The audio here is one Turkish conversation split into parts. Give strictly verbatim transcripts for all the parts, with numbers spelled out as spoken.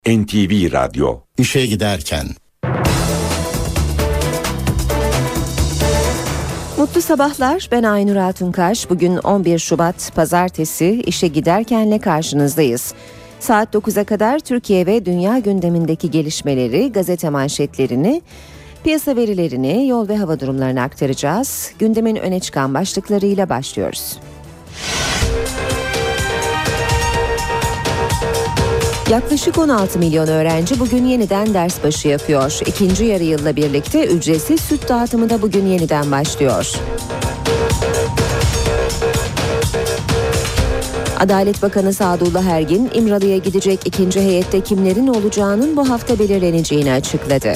N T V Radyo. İşe giderken. Mutlu sabahlar, ben Aynur Altunkaş. Bugün on bir Şubat Pazartesi, işe giderkenle karşınızdayız. Saat dokuza kadar Türkiye ve dünya gündemindeki gelişmeleri, gazete manşetlerini, piyasa verilerini, yol ve hava durumlarını aktaracağız. Gündemin öne çıkan başlıklarıyla başlıyoruz. Yaklaşık on altı milyon öğrenci bugün yeniden ders başı yapıyor. İkinci yarı yılla birlikte ücretsiz süt dağıtımı da bugün yeniden başlıyor. Adalet Bakanı Sadullah Ergin, İmralı'ya gidecek ikinci heyette kimlerin olacağının bu hafta belirleneceğini açıkladı.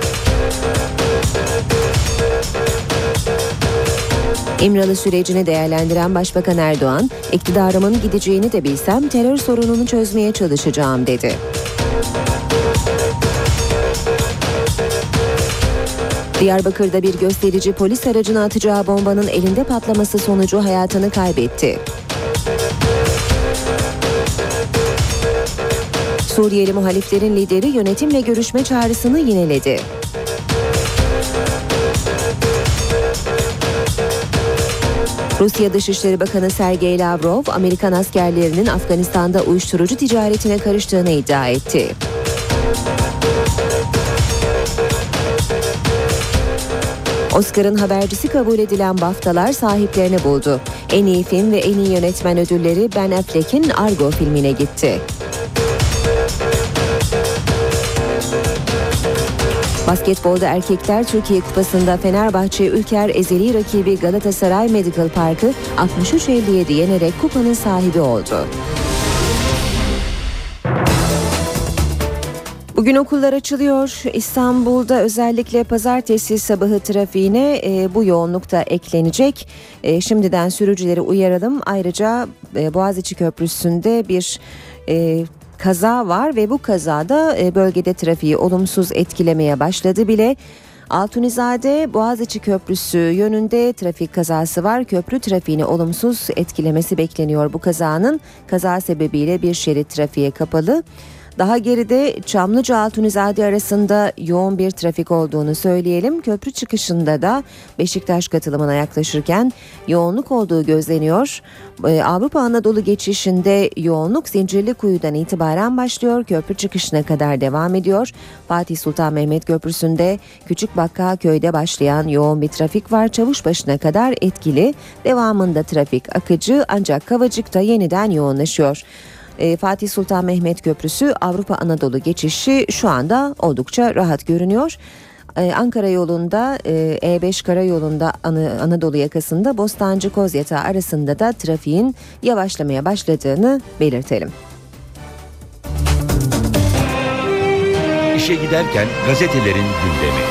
İmralı sürecini değerlendiren Başbakan Erdoğan, iktidarımın gideceğini de bilsem terör sorununu çözmeye çalışacağım dedi. Diyarbakır'da bir gösterici polis aracına atacağı bombanın elinde patlaması sonucu hayatını kaybetti. Suriyeli muhaliflerin lideri yönetimle görüşme çağrısını yineledi. Rusya Dışişleri Bakanı Sergey Lavrov, Amerikan askerlerinin Afganistan'da uyuşturucu ticaretine karıştığını iddia etti. Oscar'ın habercisi kabul edilen BAFTA'lar sahiplerini buldu. En iyi film ve en iyi yönetmen ödülleri Ben Affleck'in Argo filmine gitti. Basketbolda erkekler Türkiye Kupası'nda Fenerbahçe Ülker ezeli rakibi Galatasaray Medical Park'ı altmış üç elli yedi yenerek kupanın sahibi oldu. Bugün okullar açılıyor. İstanbul'da özellikle pazartesi sabahı trafiğine e, bu yoğunluk da eklenecek. E, şimdiden sürücüleri uyaralım. Ayrıca e, Boğaziçi Köprüsü'nde bir e, kaza var ve bu kazada e, bölgede trafiği olumsuz etkilemeye başladı bile. Altunizade Boğaziçi Köprüsü yönünde trafik kazası var. Köprü trafiğini olumsuz etkilemesi bekleniyor bu kazanın. Kaza sebebiyle bir şerit trafiğe kapalı. Daha geride Çamlıca Altunizade arasında yoğun bir trafik olduğunu söyleyelim. Köprü çıkışında da Beşiktaş katılımına yaklaşırken yoğunluk olduğu gözleniyor. Ee, Avrupa Anadolu geçişinde yoğunluk Zincirlikuyu'dan itibaren başlıyor. Köprü çıkışına kadar devam ediyor. Fatih Sultan Mehmet Köprüsü'nde Küçükbakkaköy'de başlayan yoğun bir trafik var. Çavuşbaşı'na kadar etkili. Devamında trafik akıcı ancak Kavacık'ta yeniden yoğunlaşıyor. Fatih Sultan Mehmet Köprüsü Avrupa Anadolu geçişi şu anda oldukça rahat görünüyor. Ankara yolunda E beş karayolunda Anadolu yakasında Bostancı Kozyatağı arasında da trafiğin yavaşlamaya başladığını belirtelim. İşe giderken gazetelerin gündemi.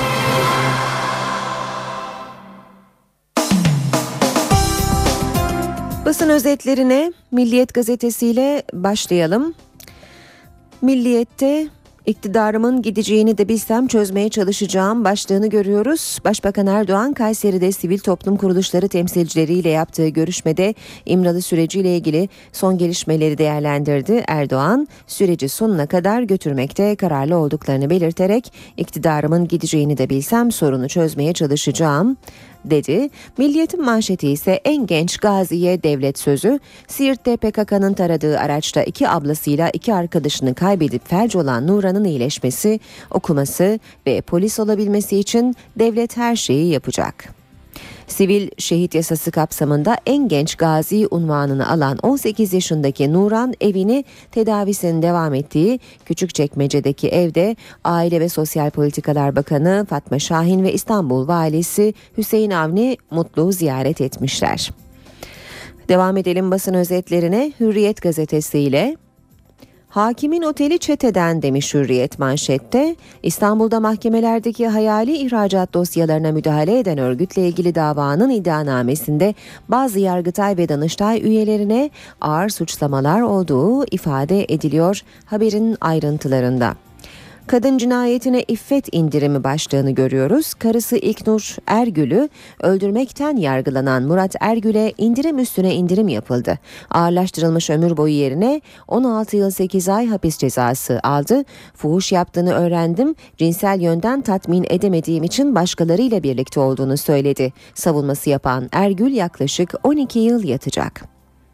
Basın özetlerine Milliyet gazetesiyle başlayalım. Milliyet'te iktidarımın gideceğini de bilsem çözmeye çalışacağım başlığını görüyoruz. Başbakan Erdoğan Kayseri'de sivil toplum kuruluşları temsilcileriyle yaptığı görüşmede İmralı süreciyle ilgili son gelişmeleri değerlendirdi. Erdoğan süreci sonuna kadar götürmekte kararlı olduklarını belirterek iktidarımın gideceğini de bilsem sorunu çözmeye çalışacağım dedi. Milliyet'in manşeti ise en genç gaziye devlet sözü. Siirt'te P K K'nın taradığı araçta iki ablasıyla iki arkadaşını kaybedip felç olan Nuran'ın iyileşmesi, okuması ve polis olabilmesi için devlet her şeyi yapacak. Sivil şehit yasası kapsamında en genç gazi unvanını alan on sekiz yaşındaki Nuran evini tedavisinin devam ettiği Küçükçekmece'deki evde Aile ve Sosyal Politikalar Bakanı Fatma Şahin ve İstanbul Valisi Hüseyin Avni Mutlu ziyaret etmişler. Devam edelim basın özetlerine. Hürriyet gazetesiyle. Hakimin oteli çeteden demiş Hürriyet manşette. İstanbul'da mahkemelerdeki hayali ihracat dosyalarına müdahale eden örgütle ilgili davanın iddianamesinde bazı Yargıtay ve Danıştay üyelerine ağır suçlamalar olduğu ifade ediliyor haberin ayrıntılarında. Kadın cinayetine iffet indirimi başlığını görüyoruz. Karısı İlknur Ergül'ü öldürmekten yargılanan Murat Ergül'e indirim üstüne indirim yapıldı. Ağırlaştırılmış ömür boyu yerine on altı yıl sekiz ay hapis cezası aldı. Fuhuş yaptığını öğrendim. Cinsel yönden tatmin edemediğim için başkalarıyla birlikte olduğunu söyledi. Savunması yapan Ergül yaklaşık on iki yıl yatacak.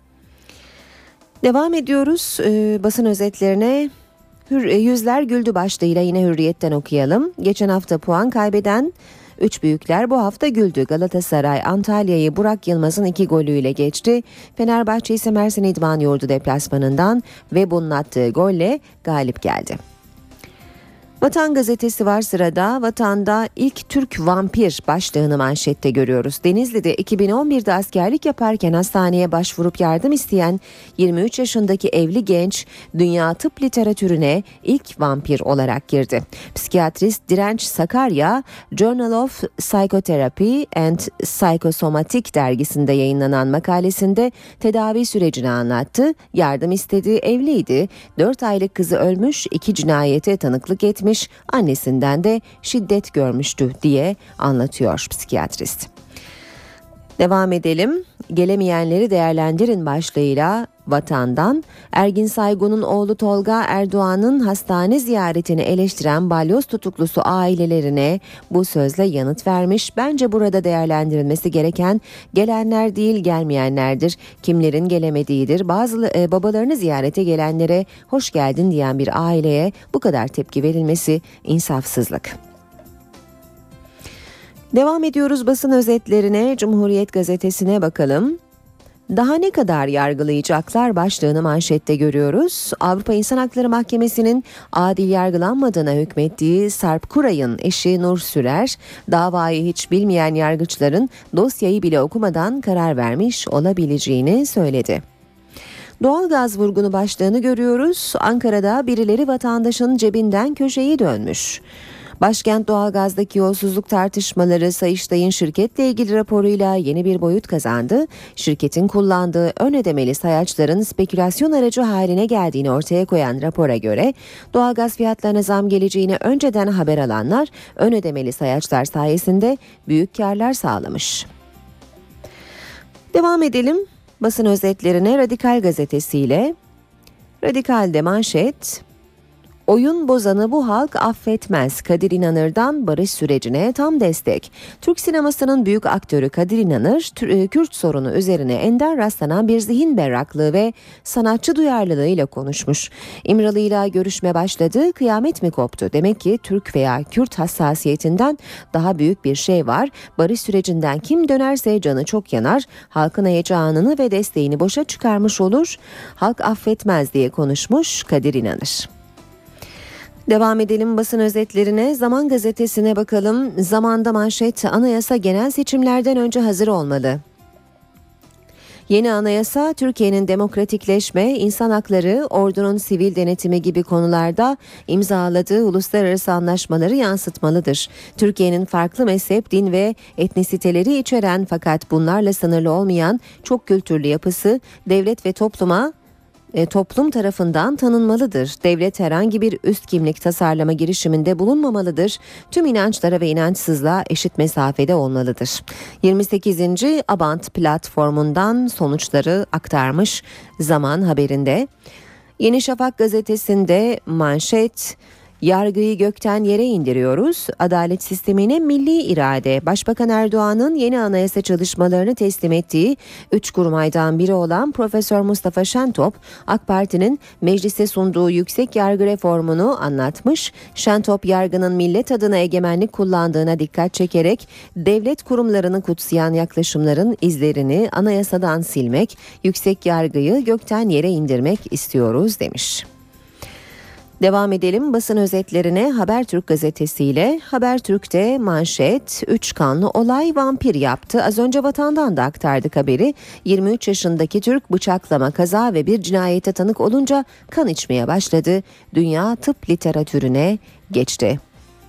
Devam ediyoruz ee, basın özetlerine. Hür, yüzler güldü başlığıyla yine Hürriyet'ten okuyalım. Geçen hafta puan kaybeden üç büyükler bu hafta güldü. Galatasaray Antalya'yı Burak Yılmaz'ın iki golüyle geçti. Fenerbahçe ise Mersin İdman Yurdu deplasmanından ve bunun attığı golle galip geldi. Vatan gazetesi var sırada. Vatan'da ilk Türk vampir başlığını manşette görüyoruz. Denizli'de iki bin on birde askerlik yaparken hastaneye başvurup yardım isteyen yirmi üç yaşındaki evli genç dünya tıp literatürüne ilk vampir olarak girdi. Psikiyatrist Direnç Sakarya, Journal of Psychotherapy and Psychosomatic dergisinde yayınlanan makalesinde tedavi sürecini anlattı. Yardım istedi, evliydi. dört aylık kızı ölmüş, iki cinayete tanıklık etmiş, annesinden de şiddet görmüştü diye anlatıyor psikiyatrist. Devam edelim. Gelemeyenleri değerlendirin başlığıyla Vatan'dan Ergin Saygun'un oğlu Tolga Erdoğan'ın hastane ziyaretini eleştiren balyoz tutuklusu ailelerine bu sözle yanıt vermiş. Bence burada değerlendirilmesi gereken gelenler değil gelmeyenlerdir. Kimlerin gelemediğidir. Bazı e, babalarını ziyarete gelenlere hoş geldin diyen bir aileye bu kadar tepki verilmesi insafsızlık. Devam ediyoruz basın özetlerine. Cumhuriyet gazetesine bakalım. Daha ne kadar yargılayacaklar başlığını manşette görüyoruz. Avrupa İnsan Hakları Mahkemesi'nin adil yargılanmadığına hükmettiği Sarp Kuray'ın eşi Nur Sürer, davayı hiç bilmeyen yargıçların dosyayı bile okumadan karar vermiş olabileceğini söyledi. Doğalgaz vurgunu başlığını görüyoruz. Ankara'da birileri vatandaşın cebinden köşeyi dönmüş. Başkent doğalgazdaki yolsuzluk tartışmaları Sayıştay'ın şirketle ilgili raporuyla yeni bir boyut kazandı. Şirketin kullandığı ön ödemeli sayaçların spekülasyon aracı haline geldiğini ortaya koyan rapora göre doğalgaz fiyatlarına zam geleceğini önceden haber alanlar ön ödemeli sayaçlar sayesinde büyük karlar sağlamış. Devam edelim basın özetlerine. Radikal gazetesiyle. Radikal'de manşet: oyun bozanı bu halk affetmez. Kadir İnanır'dan barış sürecine tam destek. Türk sinemasının büyük aktörü Kadir İnanır, Kürt sorunu üzerine ender rastlanan bir zihin berraklığı ve sanatçı duyarlılığıyla konuşmuş. İmralı'yla görüşme başladı, kıyamet mi koptu? Demek ki Türk veya Kürt hassasiyetinden daha büyük bir şey var. Barış sürecinden kim dönerse canı çok yanar, halkın heyecanını ve desteğini boşa çıkarmış olur. Halk affetmez diye konuşmuş Kadir İnanır. Devam edelim basın özetlerine. Zaman gazetesine bakalım. Zaman'da manşet: anayasa genel seçimlerden önce hazır olmalı. Yeni anayasa Türkiye'nin demokratikleşme, insan hakları, ordunun sivil denetimi gibi konularda imzaladığı uluslararası anlaşmaları yansıtmalıdır. Türkiye'nin farklı mezhep, din ve etnisiteleri içeren fakat bunlarla sınırlı olmayan çok kültürlü yapısı devlet ve topluma E, toplum tarafından tanınmalıdır. Devlet herhangi bir üst kimlik tasarlama girişiminde bulunmamalıdır. Tüm inançlara ve inançsızlığa eşit mesafede olmalıdır. yirmi sekizinci Abant platformundan sonuçları aktarmış Zaman haberinde. Yeni Şafak gazetesinde manşet: yargıyı gökten yere indiriyoruz. Adalet sistemine milli irade. Başbakan Erdoğan'ın yeni anayasa çalışmalarını teslim ettiği üç kurmaydan biri olan Profesör Mustafa Şentop, AK Parti'nin meclise sunduğu yüksek yargı reformunu anlatmış. Şentop, yargının millet adına egemenlik kullandığına dikkat çekerek devlet kurumlarını kutsayan yaklaşımların izlerini anayasadan silmek, yüksek yargıyı gökten yere indirmek istiyoruz demiş. Devam edelim basın özetlerine. Habertürk gazetesiyle. Habertürk'te manşet: üç kanlı olay vampir yaptı. Az önce Vatan'dan da aktardık haberi. yirmi üç yaşındaki Türk bıçaklama, kaza ve bir cinayete tanık olunca kan içmeye başladı. Dünya tıp literatürüne geçti.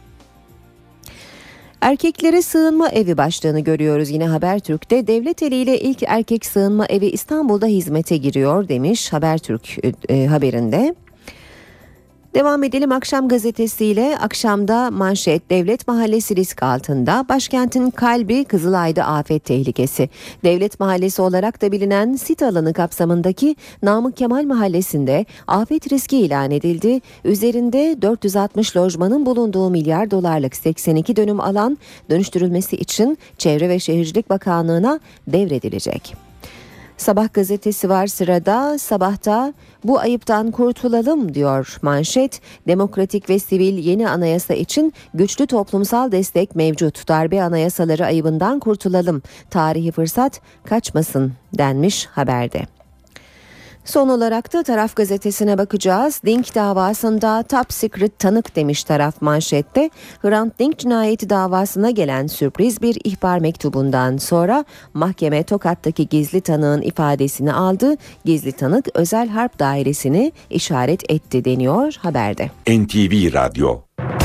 Erkeklere sığınma evi başlığını görüyoruz yine Habertürk'te. Devlet eliyle ilk erkek sığınma evi İstanbul'da hizmete giriyor demiş Habertürk e, haberinde. Devam edelim Akşam gazetesiyle. Akşamda manşet: Devlet Mahallesi risk altında. Başkentin kalbi Kızılay'da afet tehlikesi. Devlet Mahallesi olarak da bilinen sit alanı kapsamındaki Namık Kemal Mahallesi'nde afet riski ilan edildi. Üzerinde dört yüz altmış lojmanın bulunduğu milyar dolarlık seksen iki dönüm alan dönüştürülmesi için Çevre ve Şehircilik Bakanlığı'na devredilecek. Sabah gazetesi var sırada. Sabahta bu ayıptan kurtulalım diyor manşet. Demokratik ve sivil yeni anayasa için güçlü toplumsal destek mevcut. Darbe anayasaları ayıbından kurtulalım. Tarihi fırsat kaçmasın denmiş haberde. Son olarak da Taraf gazetesine bakacağız. Dink davasında top secret tanık demiş Taraf manşette. Hrant Dink cinayeti davasına gelen sürpriz bir ihbar mektubundan sonra mahkeme Tokat'taki gizli tanığın ifadesini aldı. Gizli tanık özel harp dairesini işaret etti deniyor haberde. N T V Radyo.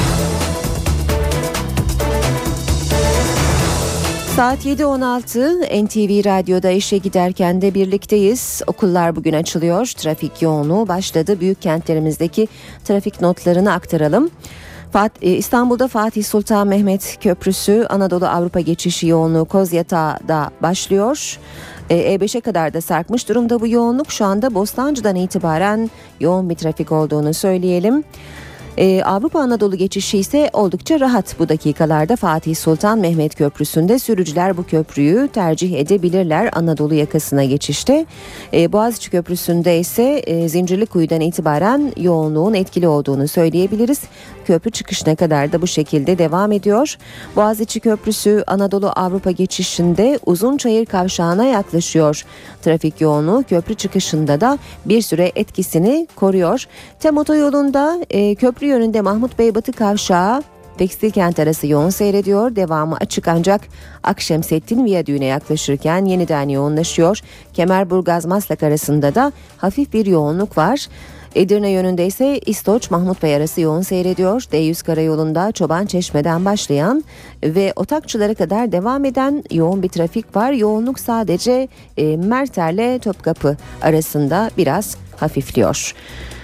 Saat yedi on altı N T V Radyo'da işe giderken de birlikteyiz. Okullar bugün açılıyor. Trafik yoğunluğu başladı. Büyük kentlerimizdeki trafik notlarını aktaralım. İstanbul'da Fatih Sultan Mehmet Köprüsü Anadolu Avrupa geçişi yoğunluğu Kozyatağ'da başlıyor. E beşe kadar da sarkmış durumda bu yoğunluk. Şu anda Bostancı'dan itibaren yoğun bir trafik olduğunu söyleyelim. Ee, Avrupa Anadolu geçişi ise oldukça rahat bu dakikalarda. Fatih Sultan Mehmet Köprüsü'nde sürücüler bu köprüyü tercih edebilirler Anadolu yakasına geçişte. Ee, Boğaziçi Köprüsü'nde ise e, Zincirlikuyu'dan itibaren yoğunluğun etkili olduğunu söyleyebiliriz. Köprü çıkışına kadar da bu şekilde devam ediyor. Boğaziçi Köprüsü Anadolu Avrupa geçişinde Uzunçayır kavşağına yaklaşıyor. Trafik yoğunluğu köprü çıkışında da bir süre etkisini koruyor. Tem otoyolunda e, köprü yönünde Mahmut Bey Batı kavşağı Tekstilkent arası yoğun seyrediyor. Devamı açık ancak Akşemseddin Viyadüğü'ne yaklaşırken yeniden yoğunlaşıyor. Kemerburgaz Maslak arasında da hafif bir yoğunluk var. Edirne yönünde ise İstoç Mahmut Bey arası yoğun seyrediyor. D yüz karayolunda Çobançeşme'den başlayan ve Otakçılara kadar devam eden yoğun bir trafik var. Yoğunluk sadece e, Merter'le Topkapı arasında biraz hafifliyor.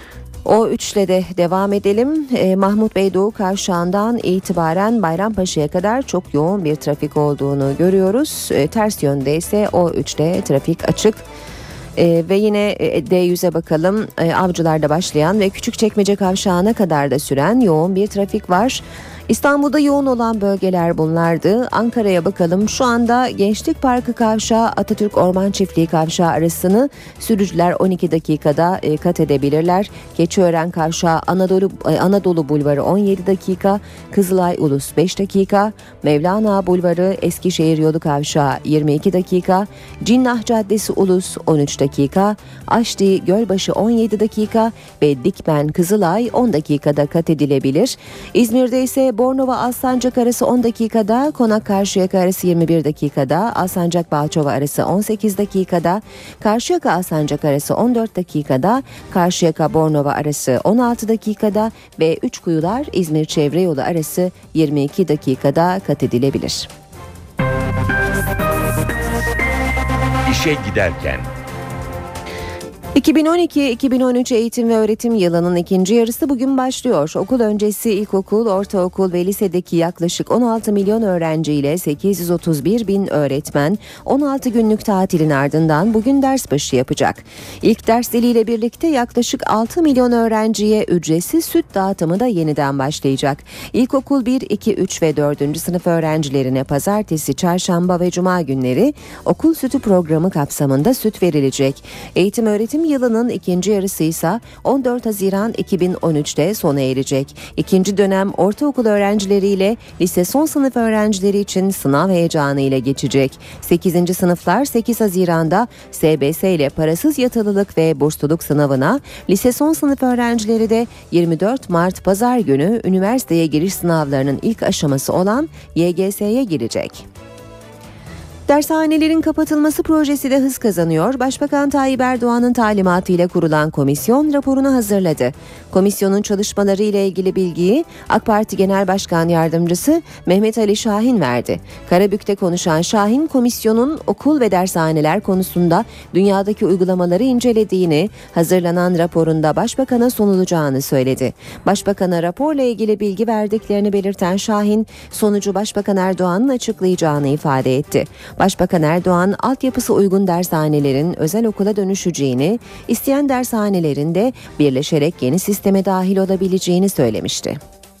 O üçle de devam edelim. Eh, Mahmut Bey Doğu kavşağından itibaren Bayrampaşa'ya kadar çok yoğun bir trafik olduğunu görüyoruz. Eh, ters yönde ise o üçte trafik açık. Ee, ve yine e, D yüze bakalım. E, Avcılar'da başlayan ve Küçükçekmece kavşağına kadar da süren yoğun bir trafik var. İstanbul'da yoğun olan bölgeler bunlardı. Ankara'ya bakalım. Şu anda Gençlik Parkı kavşağı Atatürk Orman Çiftliği kavşağı arasını sürücüler on iki dakikada e, kat edebilirler. Keçiören kavşağı Anadolu e, Anadolu Bulvarı on yedi dakika, Kızılay Ulus beş dakika, Mevlana Bulvarı Eskişehir Yolu kavşağı yirmi iki dakika, Cinnah Caddesi Ulus on üç dakika, Aşti Gölbaşı on yedi dakika ve Dikmen Kızılay on dakikada kat edilebilir. İzmir'de ise Bornova Alsancak arası on dakikada, Konak Karşıyaka arası yirmi bir dakikada, Alsancak Balçova arası on sekiz dakikada, Karşıyaka Alsancak arası on dört dakikada, Karşıyaka Bornova arası on altı dakikada ve Üçkuyular İzmir Çevre Yolu arası yirmi iki dakikada kat edilebilir. İşe giderken. iki bin on iki iki bin on üç eğitim ve öğretim yılının ikinci yarısı bugün başlıyor. Okul öncesi ilkokul, ortaokul ve lisedeki yaklaşık on altı milyon öğrenciyle sekiz yüz otuz bir bin öğretmen on altı günlük tatilin ardından bugün ders başı yapacak. İlk ders diliyle birlikte yaklaşık altı milyon öğrenciye ücretsiz süt dağıtımı da yeniden başlayacak. İlkokul bir, iki, üç ve dördüncü sınıf öğrencilerine pazartesi, çarşamba ve cuma günleri okul sütü programı kapsamında süt verilecek. Eğitim öğretim yılının ikinci yarısı ise on dört Haziran iki bin on üçte sona erecek. İkinci dönem ortaokul öğrencileriyle lise son sınıf öğrencileri için sınav heyecanı ile geçecek. sekizinci sınıflar sekiz Haziran'da S B S ile parasız yatılılık ve bursluluk sınavına, lise son sınıf öğrencileri de yirmi dört Mart Pazar günü üniversiteye giriş sınavlarının ilk aşaması olan Y G S'ye girecek. Dershanelerin kapatılması projesi de hız kazanıyor. Başbakan Tayyip Erdoğan'ın talimatıyla kurulan komisyon raporunu hazırladı. Komisyonun çalışmaları ile ilgili bilgiyi AK Parti Genel Başkan Yardımcısı Mehmet Ali Şahin verdi. Karabük'te konuşan Şahin, komisyonun okul ve dershaneler konusunda dünyadaki uygulamaları incelediğini, hazırlanan raporunda başbakana sunulacağını söyledi. Başbakana raporla ilgili bilgi verdiklerini belirten Şahin, sonucu Başbakan Erdoğan'ın açıklayacağını ifade etti. Başbakan Erdoğan, altyapısı uygun dershanelerin özel okula dönüşeceğini, isteyen dershanelerin de birleşerek yeni sisteme dahil olabileceğini söylemişti.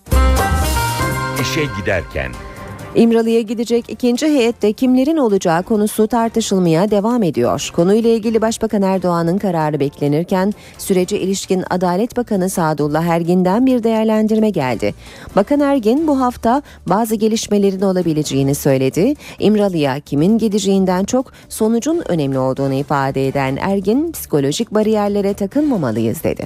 İşe giderken. İmralı'ya gidecek ikinci heyette kimlerin olacağı konusu tartışılmaya devam ediyor. Konuyla ilgili Başbakan Erdoğan'ın kararı beklenirken sürece ilişkin Adalet Bakanı Sadullah Ergin'den bir değerlendirme geldi. Bakan Ergin bu hafta bazı gelişmelerin olabileceğini söyledi. İmralı'ya kimin gideceğinden çok sonucun önemli olduğunu ifade eden Ergin, psikolojik bariyerlere takılmamalıyız dedi.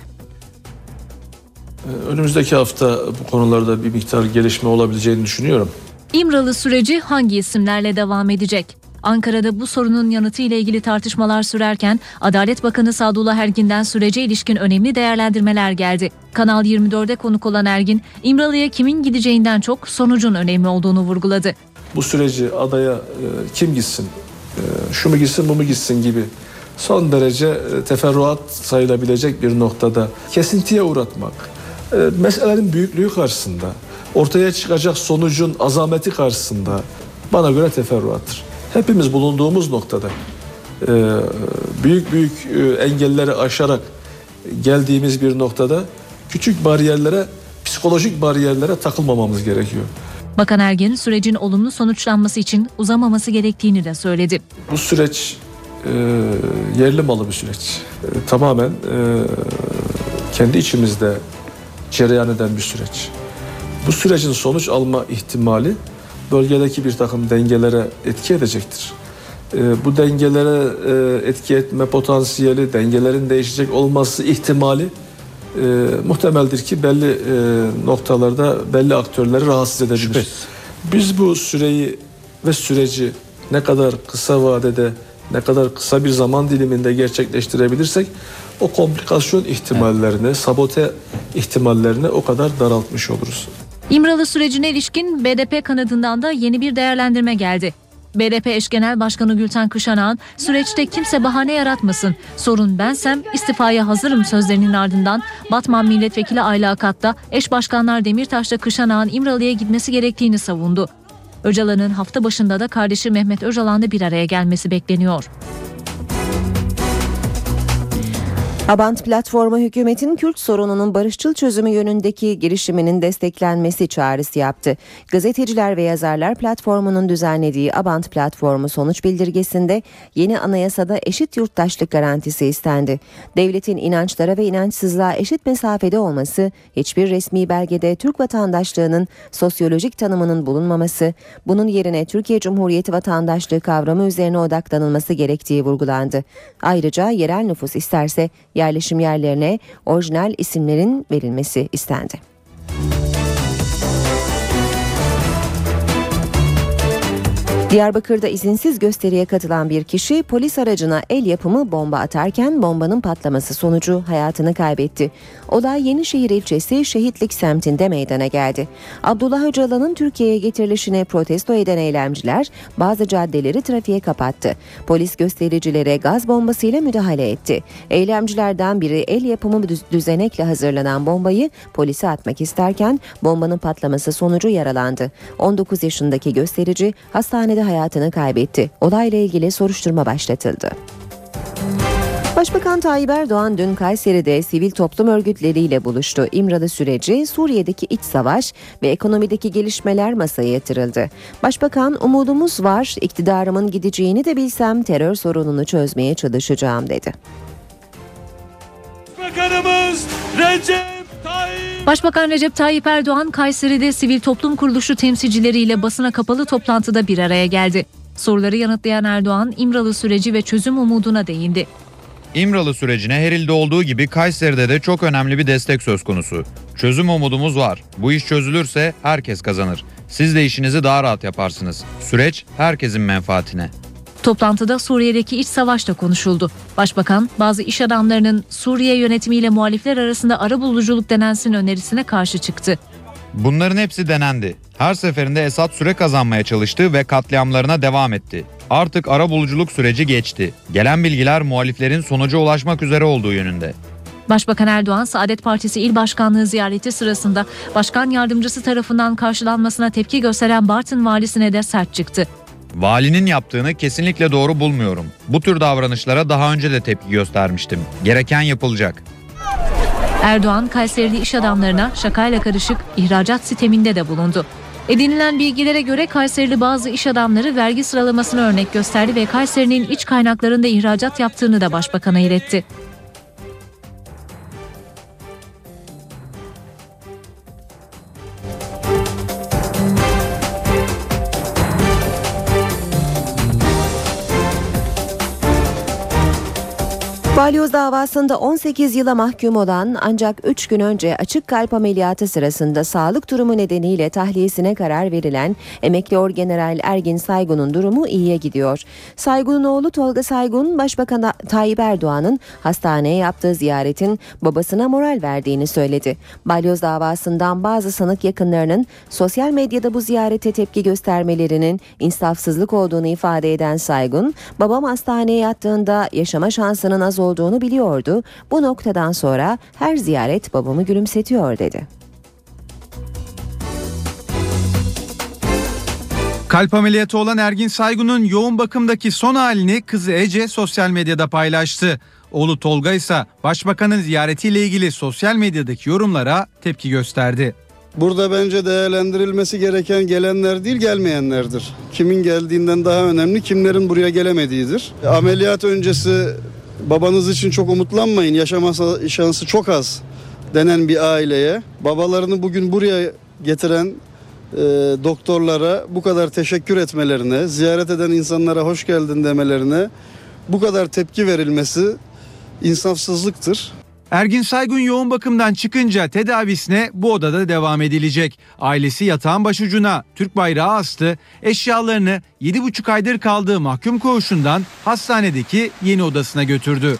Önümüzdeki hafta bu konularda bir miktar gelişme olabileceğini düşünüyorum. İmralı süreci hangi isimlerle devam edecek? Ankara'da bu sorunun yanıtı ile ilgili tartışmalar sürerken Adalet Bakanı Sadullah Ergin'den sürece ilişkin önemli değerlendirmeler geldi. Kanal yirmi dörde konuk olan Ergin, İmralı'ya kimin gideceğinden çok sonucun önemli olduğunu vurguladı. Bu süreci adaya e, kim gitsin, e, şu mu gitsin bu mu gitsin gibi son derece e, teferruat sayılabilecek bir noktada kesintiye uğratmak, e, meselelerin büyüklüğü karşısında, ortaya çıkacak sonucun azameti karşısında bana göre teferruattır. Hepimiz bulunduğumuz noktada e, büyük büyük e, engelleri aşarak geldiğimiz bir noktada küçük bariyerlere, psikolojik bariyerlere takılmamamız gerekiyor. Bakan Ergin, sürecin olumlu sonuçlanması için uzamaması gerektiğini de söyledi. Bu süreç e, yerli malı bir süreç. E, tamamen e, kendi içimizde cereyan eden bir süreç. Bu sürecin sonuç alma ihtimali bölgedeki bir takım dengelere etki edecektir. E, bu dengelere e, etki etme potansiyeli, dengelerin değişecek olması ihtimali e, muhtemeldir ki belli e, noktalarda belli aktörleri rahatsız edebilir. Şüphesiz. Biz bu süreyi ve süreci ne kadar kısa vadede, ne kadar kısa bir zaman diliminde gerçekleştirebilirsek o komplikasyon ihtimallerini, evet. sabote ihtimallerini o kadar daraltmış oluruz. İmralı sürecine ilişkin B D P kanadından da yeni bir değerlendirme geldi. B D P eş genel başkanı Gülten Kışanak'ın süreçte kimse bahane yaratmasın, sorun bensem istifaya hazırım sözlerinin ardından Batman Milletvekili Ayla Akat'ta eş başkanlar Demirtaş'ta Kışanak'ın İmralı'ya gitmesi gerektiğini savundu. Öcalan'ın hafta başında da kardeşi Mehmet Öcalan'la bir araya gelmesi bekleniyor. Abant platformu hükümetin Kürt sorununun barışçıl çözümü yönündeki girişiminin desteklenmesi çağrısı yaptı. Gazeteciler ve Yazarlar platformunun düzenlediği Abant platformu sonuç bildirgesinde yeni anayasada eşit yurttaşlık garantisi istendi. Devletin inançlara ve inançsızlığa eşit mesafede olması, hiçbir resmi belgede Türk vatandaşlığının sosyolojik tanımının bulunmaması, bunun yerine Türkiye Cumhuriyeti vatandaşlığı kavramı üzerine odaklanılması gerektiği vurgulandı. Ayrıca yerel nüfus isterse yerleşim yerlerine orijinal isimlerin verilmesi istendi. Diyarbakır'da izinsiz gösteriye katılan bir kişi polis aracına el yapımı bomba atarken bombanın patlaması sonucu hayatını kaybetti. Olay Yenişehir ilçesi Şehitlik semtinde meydana geldi. Abdullah Öcalan'ın Türkiye'ye getirilişini protesto eden eylemciler bazı caddeleri trafiğe kapattı. Polis göstericilere gaz bombasıyla müdahale etti. Eylemcilerden biri el yapımı düzenekle hazırlanan bombayı polise atmak isterken bombanın patlaması sonucu yaralandı. on dokuz yaşındaki gösterici hastanede hayatını kaybetti. Olayla ilgili soruşturma başlatıldı. Başbakan Tayyip Erdoğan dün Kayseri'de sivil toplum örgütleriyle buluştu. İmralı süreci, Suriye'deki iç savaş ve ekonomideki gelişmeler masaya yatırıldı. Başbakan, umudumuz var, iktidarımın gideceğini de bilsem terör sorununu çözmeye çalışacağım dedi. Başbakanımız Recep Tayyip Başbakan Recep Tayyip Erdoğan, Kayseri'de sivil toplum kuruluşu temsilcileriyle basına kapalı toplantıda bir araya geldi. Soruları yanıtlayan Erdoğan, İmralı süreci ve çözüm umuduna değindi. İmralı sürecine her ilde olduğu gibi Kayseri'de de çok önemli bir destek söz konusu. Çözüm umudumuz var. Bu iş çözülürse herkes kazanır. Siz de işinizi daha rahat yaparsınız. Süreç herkesin menfaatine. Toplantıda Suriye'deki iç savaş da konuşuldu. Başbakan bazı iş adamlarının Suriye yönetimiyle muhalifler arasında arabuluculuk denensin önerisine karşı çıktı. Bunların hepsi denendi. Her seferinde Esad süre kazanmaya çalıştı ve katliamlarına devam etti. Artık arabuluculuk süreci geçti. Gelen bilgiler muhaliflerin sonuca ulaşmak üzere olduğu yönünde. Başbakan Erdoğan, Saadet Partisi İl Başkanlığı ziyareti sırasında başkan yardımcısı tarafından karşılanmasına tepki gösteren Bartın valisine de sert çıktı. Valinin yaptığını kesinlikle doğru bulmuyorum. Bu tür davranışlara daha önce de tepki göstermiştim. Gereken yapılacak. Erdoğan, Kayserili iş adamlarına şakayla karışık ihracat siteminde de bulundu. Edinilen bilgilere göre Kayserili bazı iş adamları vergi sıralamasını örnek gösterdi ve Kayseri'nin iç kaynaklarında ihracat yaptığını da başbakana iletti. Balyoz davasında on sekiz yıla mahkum olan ancak üç gün önce açık kalp ameliyatı sırasında sağlık durumu nedeniyle tahliyesine karar verilen emekli orgeneral Ergin Saygun'un durumu iyiye gidiyor. Saygun'un oğlu Tolga Saygun, Başbakan Tayyip Erdoğan'ın hastaneye yaptığı ziyaretin babasına moral verdiğini söyledi. Balyoz davasından bazı sanık yakınlarının sosyal medyada bu ziyarete tepki göstermelerinin insafsızlık olduğunu ifade eden Saygun, babam hastaneye yattığında yaşama şansının az olduğunu biliyordu. Bu noktadan sonra her ziyaret babamı gülümsetiyor dedi. Kalp ameliyatı olan Ergin Saygun'un yoğun bakımdaki son halini kızı Ece sosyal medyada paylaştı. Oğlu Tolga ise başbakanın ziyaretiyle ilgili sosyal medyadaki yorumlara tepki gösterdi. Burada bence değerlendirilmesi gereken gelenler değil, gelmeyenlerdir. Kimin geldiğinden daha önemli kimlerin buraya gelemediğidir. Ameliyat öncesi babanız için çok umutlanmayın, yaşama şansı çok az denen bir aileye, babalarını bugün buraya getiren e, doktorlara bu kadar teşekkür etmelerine, ziyaret eden insanlara hoş geldin demelerine bu kadar tepki verilmesi insafsızlıktır. Ergin Saygun yoğun bakımdan çıkınca tedavisine bu odada devam edilecek. Ailesi yatağın başucuna Türk bayrağı astı, eşyalarını yedi buçuk aydır kaldığı mahkum koğuşundan hastanedeki yeni odasına götürdü.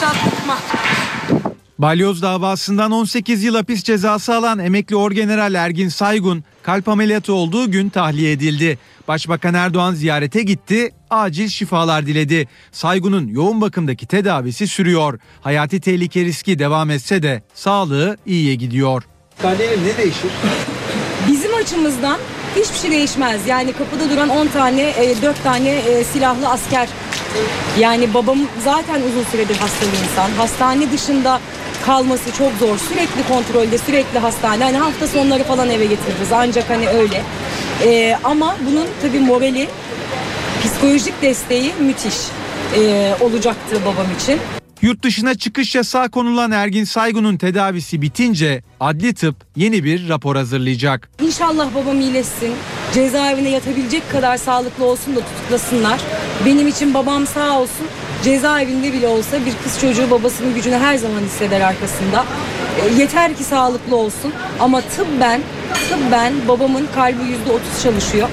Balyoz davasından on sekiz yıl hapis cezası alan emekli orgeneral Ergin Saygun kalp ameliyatı olduğu gün tahliye edildi. Başbakan Erdoğan ziyarete gitti, acil şifalar diledi. Saygun'un yoğun bakımdaki tedavisi sürüyor. Hayati tehlike riski devam etse de sağlığı iyiye gidiyor. Kardeşim ne değişir? Bizim açımızdan hiçbir şey değişmez. Yani kapıda duran on tane, dört tane silahlı asker. Yani babam zaten uzun süredir hasta bir insan. Hastane dışında kalması çok zor. Sürekli kontrolde, sürekli hastane. Hani hafta sonları falan eve getiririz. Ancak hani öyle. Ee, ama bunun tabii morali, psikolojik desteği müthiş ee, olacaktı babam için. Yurt dışına çıkış yasağı konulan Ergin Saygun'un tedavisi bitince adli tıp yeni bir rapor hazırlayacak. İnşallah babam iyileşsin. Cezaevine yatabilecek kadar sağlıklı olsun da tutuklasınlar. Benim için babam sağ olsun. Cezaevinde bile olsa bir kız çocuğu babasının gücünü her zaman hisseder arkasında. E, yeter ki sağlıklı olsun. Ama tıbben, tıbben babamın kalbi yüzde otuz çalışıyor.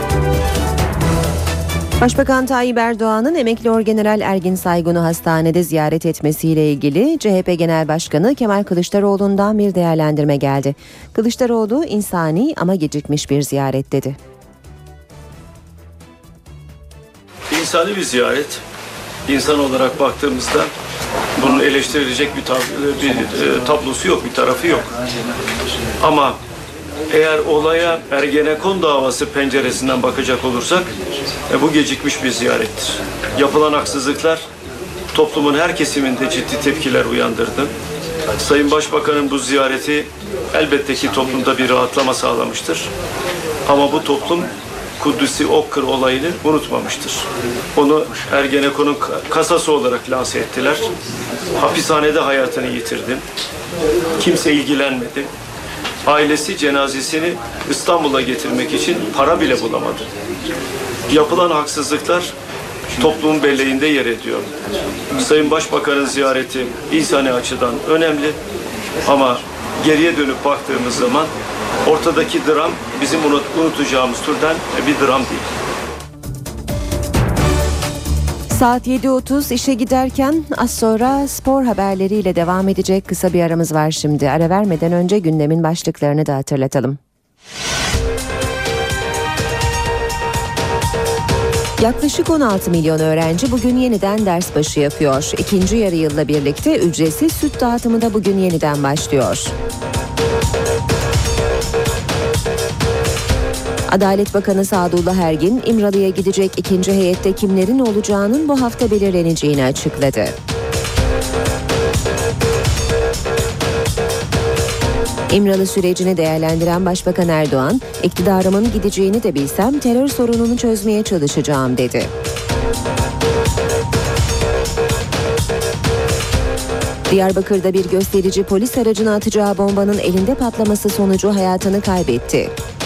Başbakan Tayyip Erdoğan'ın emekli orgeneral Ergin Saygun'u hastanede ziyaret etmesiyle ilgili C H P Genel Başkanı Kemal Kılıçdaroğlu'ndan bir değerlendirme geldi. Kılıçdaroğlu insani ama gecikmiş bir ziyaret dedi. İnsani bir ziyaret. İnsan olarak baktığımızda bunun eleştirilecek bir, tab- bir e, tablosu yok, bir tarafı yok. Ama eğer olaya Ergenekon davası penceresinden bakacak olursak e, bu gecikmiş bir ziyarettir. Yapılan haksızlıklar toplumun her kesiminde ciddi tepkiler uyandırdı. Sayın Başbakan'ın bu ziyareti elbette ki toplumda bir rahatlama sağlamıştır. Ama bu toplum Kudüs'ü Okkır olayını unutmamıştır. Onu Ergenekon'un kasası olarak lanse ettiler. Hapishanede hayatını yitirdi. Kimse ilgilenmedi. Ailesi cenazesini İstanbul'a getirmek için para bile bulamadı. Yapılan haksızlıklar toplumun belleğinde yer ediyor. Sayın Başbakan'ın ziyareti insani açıdan önemli ama geriye dönüp baktığımız zaman ortadaki dram bizim unutacağımız türden bir dram değil. Saat yedi otuz işe giderken az sonra spor haberleriyle devam edecek. Kısa bir aramız var şimdi. Ara vermeden önce gündemin başlıklarını da hatırlatalım. Yaklaşık on altı milyon öğrenci bugün yeniden ders başı yapıyor. İkinci yarı yılla birlikte ücretsiz süt dağıtımı da bugün yeniden başlıyor. Adalet Bakanı Sadullah Ergin, İmralı'ya gidecek ikinci heyette kimlerin olacağının bu hafta belirleneceğini açıkladı. İmralı sürecini değerlendiren Başbakan Erdoğan, iktidarımın gideceğini de bilsem terör sorununu çözmeye çalışacağım dedi. Diyarbakır'da bir gösterici polis aracına atacağı bombanın elinde patlaması sonucu hayatını kaybetti.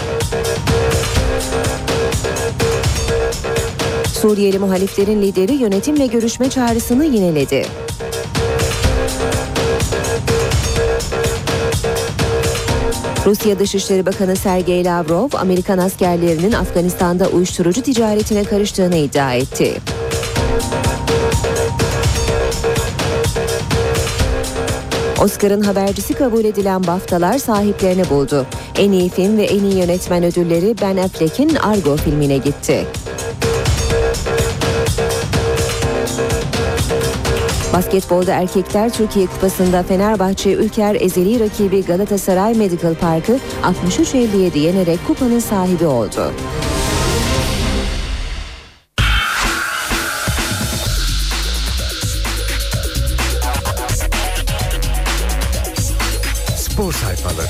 Suriyeli muhaliflerin lideri yönetimle görüşme çağrısını yineledi. Rusya Dışişleri Bakanı Sergey Lavrov, Amerikan askerlerinin Afganistan'da uyuşturucu ticaretine karıştığını iddia etti. Oscar'ın habercisi kabul edilen BAFTA'lar sahiplerini buldu. En iyi film ve en iyi yönetmen ödülleri Ben Affleck'in Argo filmine gitti. Basketbolda erkekler Türkiye Kupası'nda Fenerbahçe Ülker ezeli rakibi Galatasaray Medical Park'ı altmış üç elli yedi yenerek kupanın sahibi oldu. Spor sayfaları.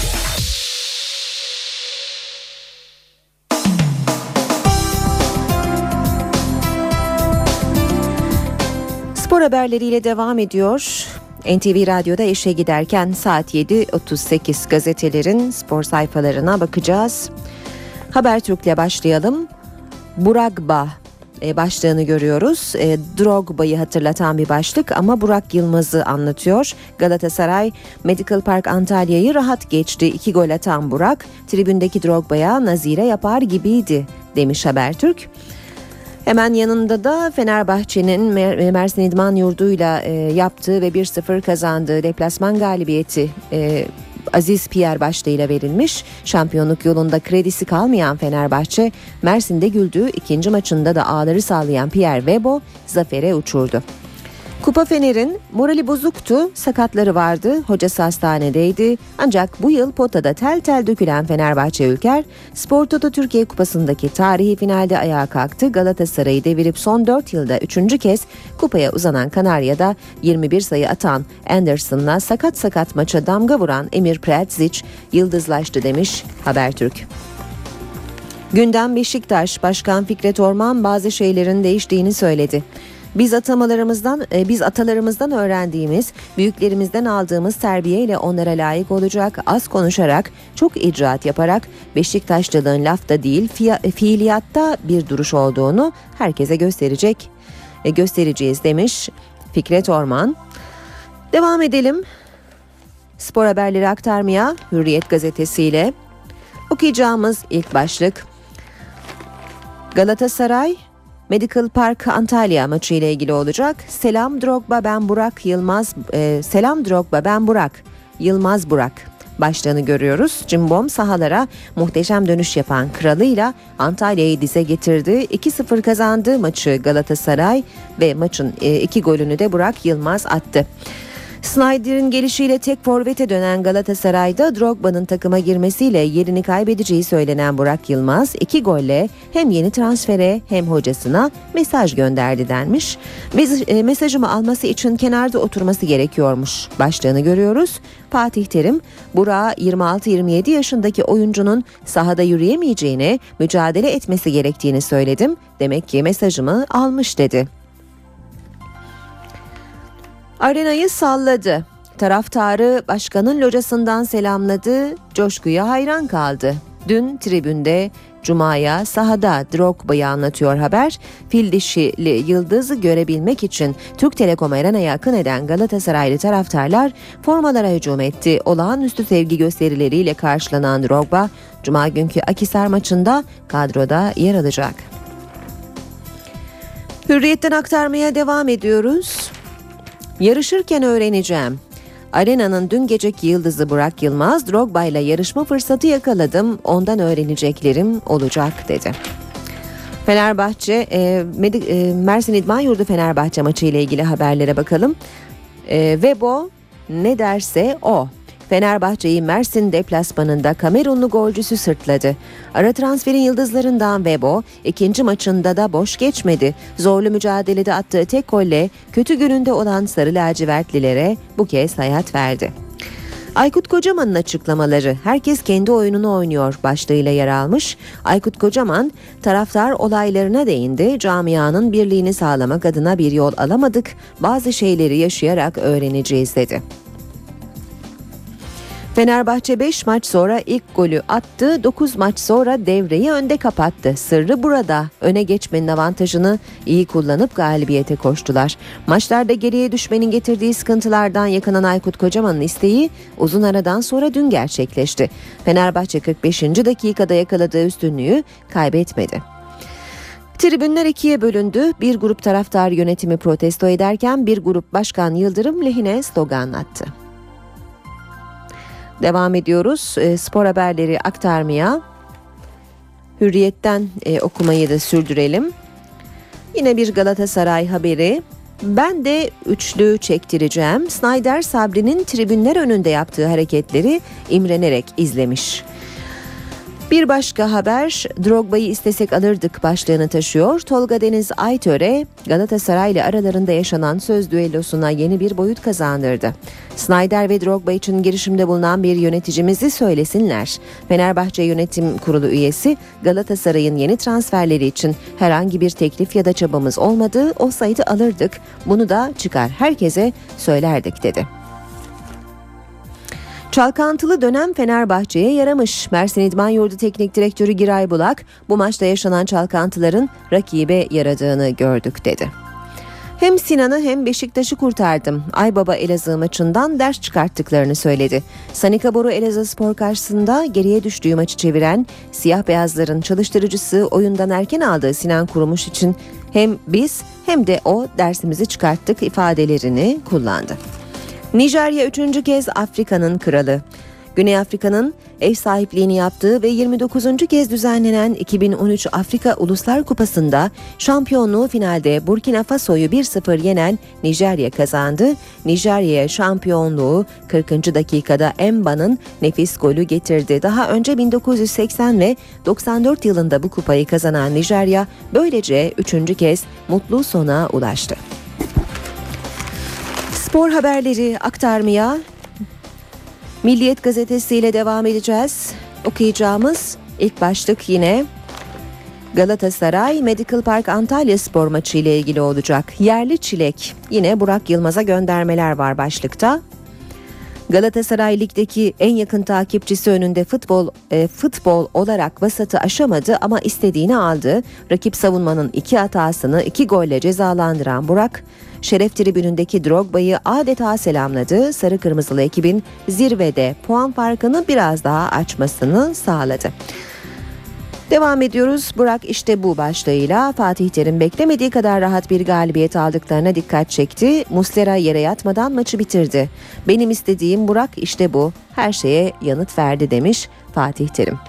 Spor haberleriyle devam ediyor. N T V Radyo'da işe giderken saat yedi otuz sekiz gazetelerin spor sayfalarına bakacağız. Habertürk'le başlayalım. Buragba başlığını görüyoruz. E, Drogba'yı hatırlatan bir başlık ama Burak Yılmaz'ı anlatıyor. Galatasaray Medical Park Antalya'yı rahat geçti. İki gol atan Burak, tribündeki Drogba'ya nazire yapar gibiydi demiş Habertürk. Hemen yanında da Fenerbahçe'nin Mersin İdman Yurdu'yla e, yaptığı ve bir sıfır kazandığı deplasman galibiyeti e, Aziz Pierre başlığıyla verilmiş. Şampiyonluk yolunda kredisi kalmayan Fenerbahçe, Mersin'de güldüğü ikinci maçında da ağları sallayan Pierre Webo zafere uçurdu. Kupa Fener'in morali bozuktu, sakatları vardı, hocası hastanedeydi. Ancak bu yıl potada tel tel dökülen Fenerbahçe Ülker, Spor Toto Türkiye Kupası'ndaki tarihi finalde ayağa kalktı. Galatasaray'ı devirip son dört yılda üçüncü kez kupaya uzanan Kanarya'da yirmi bir sayı atan Anderson'la sakat sakat maça damga vuran Emir Predzic yıldızlaştı demiş Habertürk. Gündem Beşiktaş. Başkan Fikret Orman bazı şeylerin değiştiğini söyledi. Biz atamalarımızdan, biz atalarımızdan öğrendiğimiz, büyüklerimizden aldığımız terbiyeyle onlara layık olacak, az konuşarak, çok icraat yaparak Beşiktaşlılığın lafta değil, fi- fiiliyatta bir duruş olduğunu herkese gösterecek, göstereceğiz demiş Fikret Orman. Devam edelim. Spor haberleri aktarmaya Hürriyet gazetesiyle. Okuyacağımız ilk başlık Galatasaray Medical Park Antalya maçı ile ilgili olacak. Selam Drogba ben Burak Yılmaz. E, Selam Drogba ben Burak Yılmaz Burak başlığını görüyoruz. Cimbom sahalara muhteşem dönüş yapan kralıyla Antalya'yı dize getirdi. iki sıfır kazandı maçı Galatasaray ve maçın e, iki golünü de Burak Yılmaz attı. Snyder'in gelişiyle tek forvete dönen Galatasaray'da Drogba'nın takıma girmesiyle yerini kaybedeceği söylenen Burak Yılmaz iki golle hem yeni transfere hem hocasına mesaj gönderdi denmiş. Ve mesajımı alması için kenarda oturması gerekiyormuş başlığını görüyoruz. Fatih Terim, Burak'a yirmi altı yirmi yedi yaşındaki oyuncunun sahada yürüyemeyeceğini, mücadele etmesi gerektiğini söyledim. Demek ki mesajımı almış dedi. Arenayı salladı. Taraftarı başkanın locasından selamladı. Coşkuya hayran kaldı. Dün tribünde, Cuma'ya sahada Drogba'yı anlatıyor haber. Fil dişili yıldızı görebilmek için Türk Telekom Arena'ya akın eden Galatasaraylı taraftarlar formalara hücum etti. Olağanüstü sevgi gösterileriyle karşılanan Drogba, Cuma günkü Akhisar maçında kadroda yer alacak. Hürriyet'ten aktarmaya devam ediyoruz. Yarışırken öğreneceğim. Arena'nın dün geceki yıldızı Burak Yılmaz, Drogba ile yarışma fırsatı yakaladım, ondan öğreneceklerim olacak dedi. Fenerbahçe, e, Medi- e, Mersin İdman Yurdu Fenerbahçe maçı ile ilgili haberlere bakalım. E, Webo ne derse o. Fenerbahçe'yi Mersin deplasmanında Kamerunlu golcüsü sırtladı. Ara transferin yıldızlarından Webo ikinci maçında da boş geçmedi. Zorlu mücadelede attığı tek golle kötü gününde olan sarı lacivertlilere bu kez hayat verdi. Aykut Kocaman'ın açıklamaları "Herkes kendi oyununu oynuyor" başlığıyla yer almış. Aykut Kocaman taraftar olaylarına değindi. Camianın birliğini sağlamak adına bir yol alamadık. Bazı şeyleri yaşayarak öğreneceğiz dedi. Fenerbahçe beş maç sonra ilk golü attı, dokuz maç sonra devreyi önde kapattı. Sırrı burada. Öne geçmenin avantajını iyi kullanıp galibiyete koştular. Maçlarda geriye düşmenin getirdiği sıkıntılardan yakınan Aykut Kocaman'ın isteği uzun aradan sonra dün gerçekleşti. Fenerbahçe kırk beşinci dakikada yakaladığı üstünlüğü kaybetmedi. Tribünler ikiye bölündü. Bir grup taraftar yönetimi protesto ederken bir grup Başkan Yıldırım lehine slogan attı. Devam ediyoruz e, spor haberleri aktarmaya. Hürriyet'ten e, okumayı da sürdürelim. Yine bir Galatasaray haberi. Ben de üçlü çektireceğim. Snyder Sabri'nin tribünler önünde yaptığı hareketleri imrenerek izlemiş. Bir başka haber, Drogba'yı istesek alırdık başlığını taşıyor. Tolga Deniz Aytöre, Galatasaray ile aralarında yaşanan söz düellosuna yeni bir boyut kazandırdı. Snyder ve Drogba için girişimde bulunan bir yöneticimizi söylesinler. Fenerbahçe Yönetim Kurulu üyesi, Galatasaray'ın yeni transferleri için herhangi bir teklif ya da çabamız olmadı, olsaydı alırdık, bunu da çıkar herkese söylerdik dedi. Çalkantılı dönem Fenerbahçe'ye yaramış. Mersin İdman Yurdu Teknik Direktörü Giray Bulak, bu maçta yaşanan çalkantıların rakibe yaradığını gördük dedi. Hem Sinan'ı hem Beşiktaş'ı kurtardım. Aybaba Elazığ maçından ders çıkarttıklarını söyledi. Sanika Boru Elazığspor karşısında geriye düştüğü maçı çeviren siyah beyazların çalıştırıcısı oyundan erken aldığı Sinan Kurumuş için hem biz hem de o dersimizi çıkarttık ifadelerini kullandı. Nijerya üçüncü kez Afrika'nın kralı. Güney Afrika'nın ev sahipliğini yaptığı ve yirmi dokuzuncu kez düzenlenen iki bin on üç Afrika Uluslar Kupası'nda şampiyonluğu finalde Burkina Faso'yu bir sıfır yenen Nijerya kazandı. Nijerya'ya şampiyonluğu kırkıncı dakikada Mba'nın nefis golü getirdi. Daha önce bin dokuz yüz seksen ve doksan dört yılında bu kupayı kazanan Nijerya böylece üçüncü kez mutlu sona ulaştı. Spor haberleri aktarmaya Milliyet gazetesiyle devam edeceğiz. Okuyacağımız ilk başlık yine Galatasaray Medical Park Antalya Spor maçı ile ilgili olacak. Yerli çilek, yine Burak Yılmaz'a göndermeler var başlıkta. Galatasaray ligdeki en yakın takipçisi önünde futbol e, futbol olarak vasatı aşamadı ama istediğini aldı. Rakip savunmanın iki hatasını iki golle cezalandıran Burak, şeref tribünündeki Drogba'yı adeta selamladı. Sarı kırmızılı ekibin zirvede puan farkını biraz daha açmasını sağladı. Devam ediyoruz. Burak işte bu başlığıyla Fatih Terim beklemediği kadar rahat bir galibiyet aldıklarına dikkat çekti. Muslera yere yatmadan maçı bitirdi. Benim istediğim Burak işte bu. Her şeye yanıt verdi demiş Fatih Terim.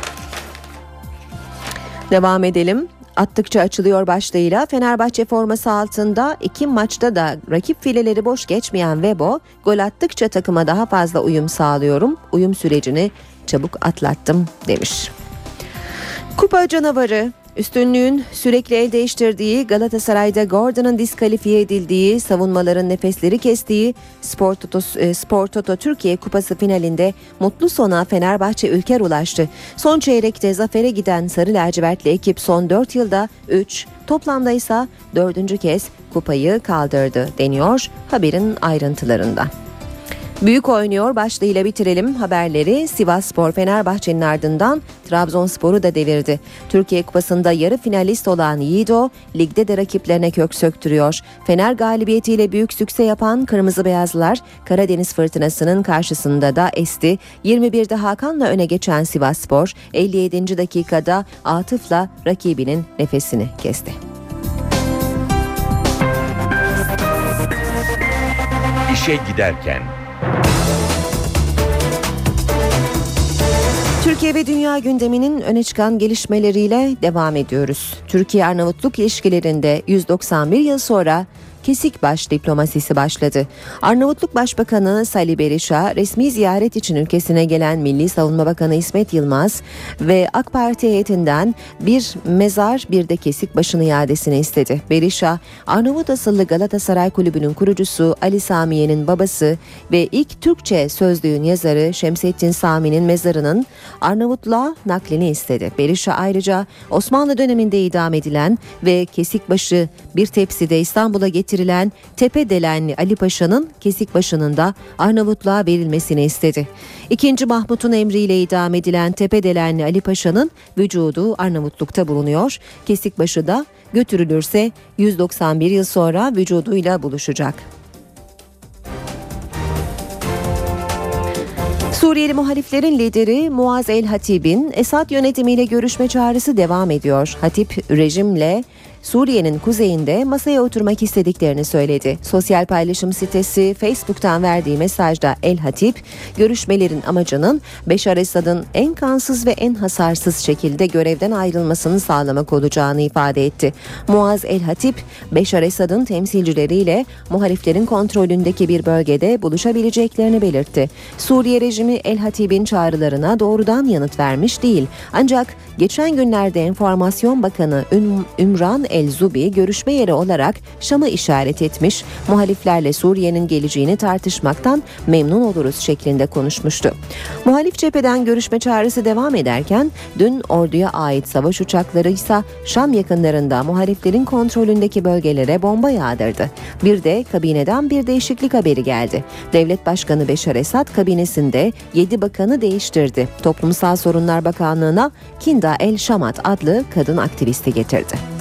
Devam edelim. Attıkça açılıyor başlığıyla Fenerbahçe forması altında iki maçta da rakip fileleri boş geçmeyen Webo, gol attıkça takıma daha fazla uyum sağlıyorum. Uyum sürecini çabuk atlattım demiş. Kupa canavarı, üstünlüğün sürekli el değiştirdiği, Galatasaray'da Gordon'ın diskalifiye edildiği, savunmaların nefesleri kestiği Spor Toto, Spor Toto Türkiye Kupası finalinde mutlu sona Fenerbahçe Ülker ulaştı. Son çeyrekte zafere giden Sarı Lacivertli ekip son dört yılda üç, toplamda ise dördüncü kez kupayı kaldırdı deniyor haberin ayrıntılarında. Büyük oynuyor başlığıyla bitirelim haberleri. Sivasspor Fenerbahçe'nin ardından Trabzonspor'u da devirdi. Türkiye Kupası'nda yarı finalist olan Yiğido ligde de rakiplerine kök söktürüyor. Fener galibiyetiyle büyük sükse yapan Kırmızı Beyazlılar Karadeniz Fırtınası'nın karşısında da esti. yirmi birde Hakan'la öne geçen Sivasspor elli yedinci dakikada Atıf'la rakibinin nefesini kesti. İşe giderken. Türkiye ve dünya gündeminin öne çıkan gelişmeleriyle devam ediyoruz. Türkiye-Arnavutluk ilişkilerinde yüz doksan bir yıl sonra Kesikbaş diplomasisi başladı. Arnavutluk Başbakanı Salih Berisha resmi ziyaret için ülkesine gelen Milli Savunma Bakanı İsmet Yılmaz ve AK Parti heyetinden bir mezar bir de Kesikbaş'ın iadesini istedi. Berisha, Arnavut asıllı Galatasaray Kulübü'nün kurucusu Ali Samiye'nin babası ve ilk Türkçe sözlüğün yazarı Şemsettin Sami'nin mezarının Arnavutluğa naklini istedi. Berisha ayrıca Osmanlı döneminde idam edilen ve Kesikbaş'ı bir tepside İstanbul'a getirilen Tepedelenli Ali Paşa'nın Kesikbaşı'nın da Arnavutluğa verilmesini istedi. İkinci Mahmut'un emriyle idam edilen Tepedelenli Ali Paşa'nın vücudu Arnavutluk'ta bulunuyor. Kesikbaşı da götürülürse yüz doksan bir yıl sonra vücuduyla buluşacak. Suriyeli muhaliflerin lideri Muaz el-Hatib'in Esad yönetimiyle görüşme çağrısı devam ediyor. Hatip rejimle Suriye'nin kuzeyinde masaya oturmak istediklerini söyledi. Sosyal paylaşım sitesi Facebook'tan verdiği mesajda el-Hatip, görüşmelerin amacının Beşar Esad'ın en kansız ve en hasarsız şekilde görevden ayrılmasını sağlamak olacağını ifade etti. Muaz el-Hatip, Beşar Esad'ın temsilcileriyle muhaliflerin kontrolündeki bir bölgede buluşabileceklerini belirtti. Suriye rejimi el-Hatip'in çağrılarına doğrudan yanıt vermiş değil. Ancak geçen günlerde Enformasyon Bakanı Üm- Ümran El-Zubi görüşme yeri olarak Şam'ı işaret etmiş, muhaliflerle Suriye'nin geleceğini tartışmaktan memnun oluruz şeklinde konuşmuştu. Muhalif cepheden görüşme çağrısı devam ederken dün orduya ait savaş uçakları ise Şam yakınlarında muhaliflerin kontrolündeki bölgelere bomba yağdırdı. Bir de kabineden bir değişiklik haberi geldi. Devlet Başkanı Beşar Esad kabinesinde yedi bakanı değiştirdi. Toplumsal Sorunlar Bakanlığı'na Kinda El Şamat adlı kadın aktivisti getirdi.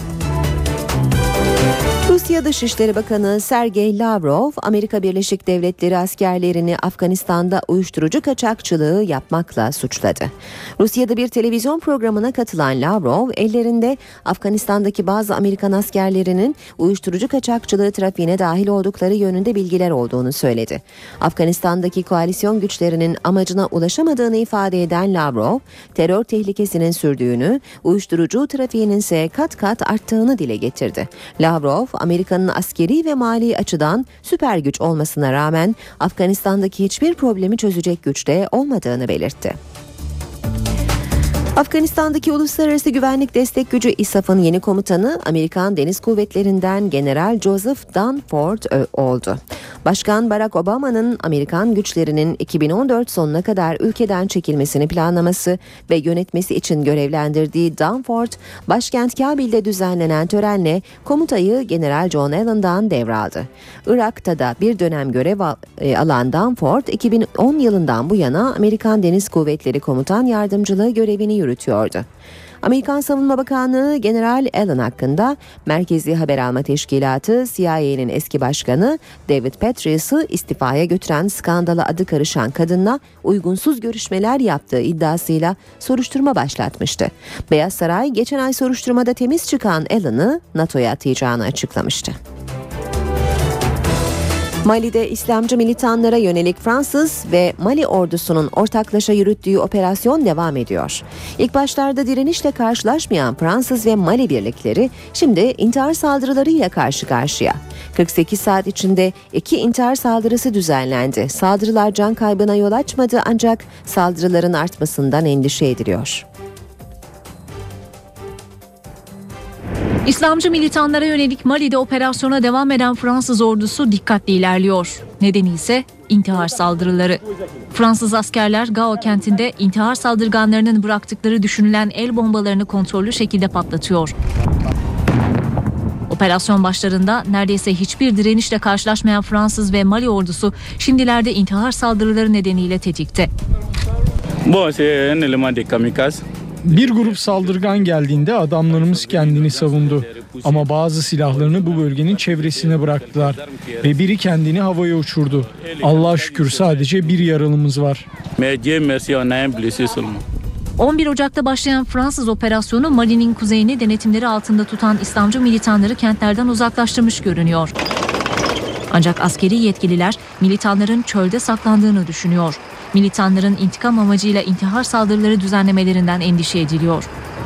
Rusya Dışişleri Bakanı Sergey Lavrov, Amerika Birleşik Devletleri askerlerini Afganistan'da uyuşturucu kaçakçılığı yapmakla suçladı. Rusya'da bir televizyon programına katılan Lavrov, ellerinde Afganistan'daki bazı Amerikan askerlerinin uyuşturucu kaçakçılığı trafiğine dahil oldukları yönünde bilgiler olduğunu söyledi. Afganistan'daki koalisyon güçlerinin amacına ulaşamadığını ifade eden Lavrov, terör tehlikesinin sürdüğünü, uyuşturucu trafiğinin ise kat kat arttığını dile getirdi. Lavrov, Amerika'nın askeri ve mali açıdan süper güç olmasına rağmen Afganistan'daki hiçbir problemi çözecek güçte olmadığını belirtti. Afganistan'daki Uluslararası Güvenlik Destek Gücü I S A F'ın yeni komutanı Amerikan Deniz Kuvvetleri'nden General Joseph Dunford oldu. Başkan Barack Obama'nın Amerikan güçlerinin iki bin on dört sonuna kadar ülkeden çekilmesini planlaması ve yönetmesi için görevlendirdiği Dunford, başkent Kabil'de düzenlenen törenle komutayı General John Allen'dan devraldı. Irak'ta da bir dönem görev alan Dunford, iki bin on yılından bu yana Amerikan Deniz Kuvvetleri Komutan Yardımcılığı görevini yürütüyordu. Amerikan Savunma Bakanlığı General Allen hakkında Merkezi Haber Alma Teşkilatı C I A'nin eski başkanı David Petraeus'ı istifaya götüren skandala adı karışan kadınla uygunsuz görüşmeler yaptığı iddiasıyla soruşturma başlatmıştı. Beyaz Saray geçen ay soruşturmada temiz çıkan Allen'ı NATO'ya atayacağını açıklamıştı. Mali'de İslamcı militanlara yönelik Fransız ve Mali ordusunun ortaklaşa yürüttüğü operasyon devam ediyor. İlk başlarda direnişle karşılaşmayan Fransız ve Mali birlikleri şimdi intihar saldırılarıyla karşı karşıya. kırk sekiz saat içinde iki intihar saldırısı düzenlendi. Saldırılar can kaybına yol açmadı ancak saldırıların artmasından endişe ediliyor. İslamcı militanlara yönelik Mali'de operasyona devam eden Fransız ordusu dikkatli ilerliyor. Nedeni ise intihar saldırıları. Fransız askerler Gao kentinde intihar saldırganlarının bıraktıkları düşünülen el bombalarını kontrollü şekilde patlatıyor. Operasyon başlarında neredeyse hiçbir direnişle karşılaşmayan Fransız ve Mali ordusu şimdilerde intihar saldırıları nedeniyle tetikte. Bir grup saldırgan geldiğinde adamlarımız kendini savundu. Ama bazı silahlarını bu bölgenin çevresine bıraktılar. Ve biri kendini havaya uçurdu. Allah'a şükür sadece bir yaralımız var. on bir Ocak'ta başlayan Fransız operasyonu Mali'nin kuzeyini denetimleri altında tutan İslamcı militanları kentlerden uzaklaştırmış görünüyor. Ancak askeri yetkililer militanların çölde saklandığını düşünüyor. Militanların intikam amacıyla intihar saldırıları düzenlemelerinden endişe ediliyor.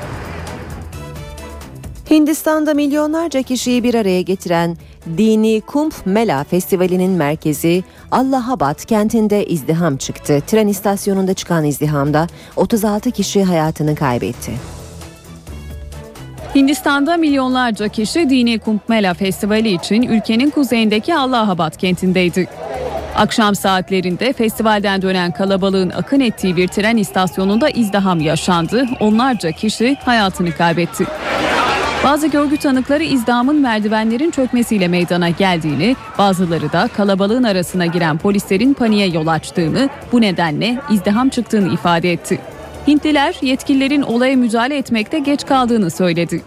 Hindistan'da milyonlarca kişiyi bir araya getiren Dini Kumbh Mela Festivali'nin merkezi Allahabad kentinde izdiham çıktı. Tren istasyonunda çıkan izdihamda otuz altı kişi hayatını kaybetti. Hindistan'da milyonlarca kişi Dini Kumbh Mela Festivali için ülkenin kuzeyindeki Allahabad kentindeydi. Akşam saatlerinde festivalden dönen kalabalığın akın ettiği bir tren istasyonunda izdiham yaşandı. Onlarca kişi hayatını kaybetti. Bazı görgü tanıkları izdihamın merdivenlerin çökmesiyle meydana geldiğini, bazıları da kalabalığın arasına giren polislerin paniğe yol açtığını, bu nedenle izdiham çıktığını ifade etti. Hintliler yetkililerin olaya müdahale etmekte geç kaldığını söyledi.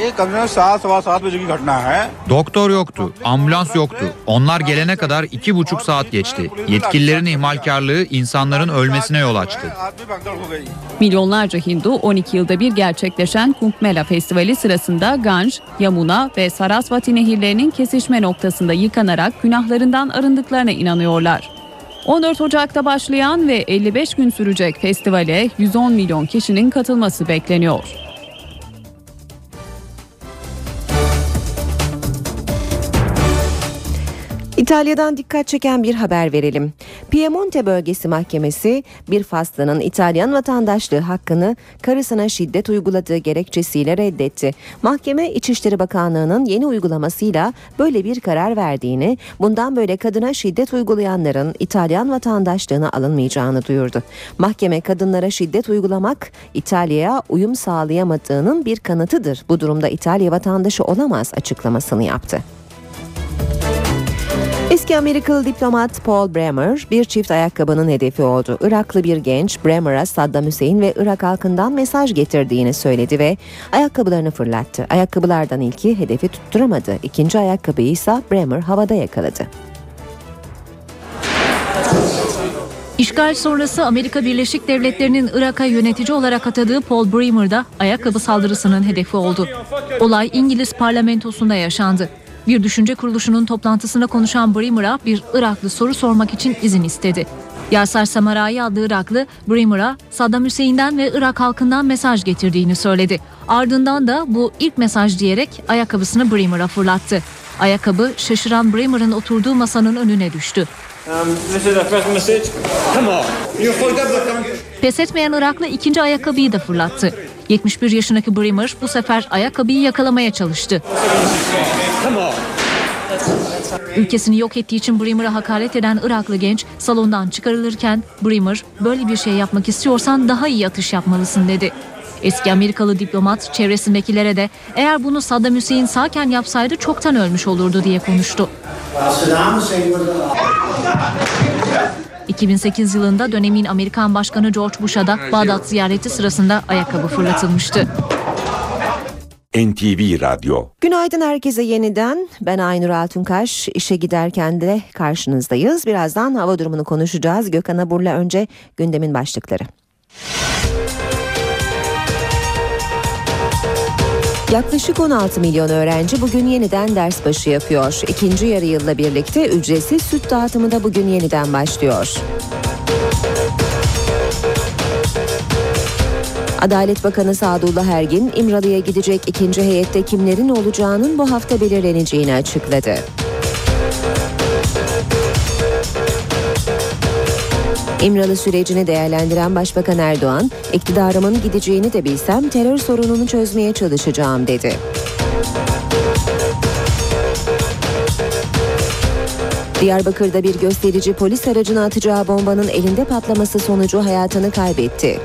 Doktor yoktu, ambulans yoktu. Onlar gelene kadar iki buçuk saat geçti. Yetkililerin ihmalkarlığı insanların ölmesine yol açtı. Milyonlarca Hindu on iki yılda bir gerçekleşen Kumbh Mela Festivali sırasında Ganj, Yamuna ve Sarasvati nehirlerinin kesişme noktasında yıkanarak günahlarından arındıklarına inanıyorlar. on dört Ocak'ta başlayan ve elli beş gün sürecek festivale yüz on milyon kişinin katılması bekleniyor. İtalya'dan dikkat çeken bir haber verelim. Piemonte Bölgesi Mahkemesi bir Faslı'nın İtalyan vatandaşlığı hakkını karısına şiddet uyguladığı gerekçesiyle reddetti. Mahkeme İçişleri Bakanlığı'nın yeni uygulamasıyla böyle bir karar verdiğini, bundan böyle kadına şiddet uygulayanların İtalyan vatandaşlığına alınmayacağını duyurdu. Mahkeme kadınlara şiddet uygulamak İtalya'ya uyum sağlayamadığının bir kanıtıdır. Bu durumda İtalya vatandaşı olamaz açıklamasını yaptı. Eski Amerikalı diplomat Paul Bremer bir çift ayakkabının hedefi oldu. Iraklı bir genç Bremer'a Saddam Hüseyin ve Irak halkından mesaj getirdiğini söyledi ve ayakkabılarını fırlattı. Ayakkabılardan ilki hedefi tutturamadı. İkinci ayakkabıyı ise Bremer havada yakaladı. İşgal sonrası Amerika Birleşik Devletleri'nin Irak'a yönetici olarak atadığı Paul Bremer da ayakkabı saldırısının hedefi oldu. Olay İngiliz parlamentosunda yaşandı. Bir düşünce kuruluşunun toplantısında konuşan Bremer'a bir Iraklı soru sormak için izin istedi. Yasar Samarai adlı Iraklı Bremer'a Saddam Hüseyin'den ve Irak halkından mesaj getirdiğini söyledi. Ardından da bu ilk mesaj diyerek ayakkabısını Bremer'a fırlattı. Ayakkabı şaşıran Bremer'ın oturduğu masanın önüne düştü. Pes etmeyen Iraklı ikinci ayakkabıyı da fırlattı. yetmiş bir yaşındaki Bremer bu sefer ayakkabıyı yakalamaya çalıştı. Ülkesini yok ettiği için Bremer'a hakaret eden Iraklı genç salondan çıkarılırken Bremer, "Böyle bir şey yapmak istiyorsan daha iyi atış yapmalısın" dedi. Eski Amerikalı diplomat çevresindekilere de eğer bunu Saddam Hüseyin sağken yapsaydı çoktan ölmüş olurdu diye konuştu. iki bin sekiz yılında dönemin Amerikan Başkanı George Bush'a da Bağdat ziyareti sırasında ayakkabı fırlatılmıştı. N T V Radyo. Günaydın herkese yeniden. Ben Aynur Altunkaş. İşe giderken de karşınızdayız. Birazdan hava durumunu konuşacağız. Gökhan Abur'la önce gündemin başlıkları. Yaklaşık on altı milyon öğrenci bugün yeniden ders başı yapıyor. İkinci yarı yılla birlikte ücretsiz süt dağıtımı da bugün yeniden başlıyor. Adalet Bakanı Sadullah Ergin, İmralı'ya gidecek ikinci heyette kimlerin olacağının bu hafta belirleneceğini açıkladı. İmralı sürecini değerlendiren Başbakan Erdoğan, iktidarımın gideceğini de bilsem terör sorununu çözmeye çalışacağım dedi. Diyarbakır'da bir gösterici polis aracına atacağı bombanın elinde patlaması sonucu hayatını kaybetti.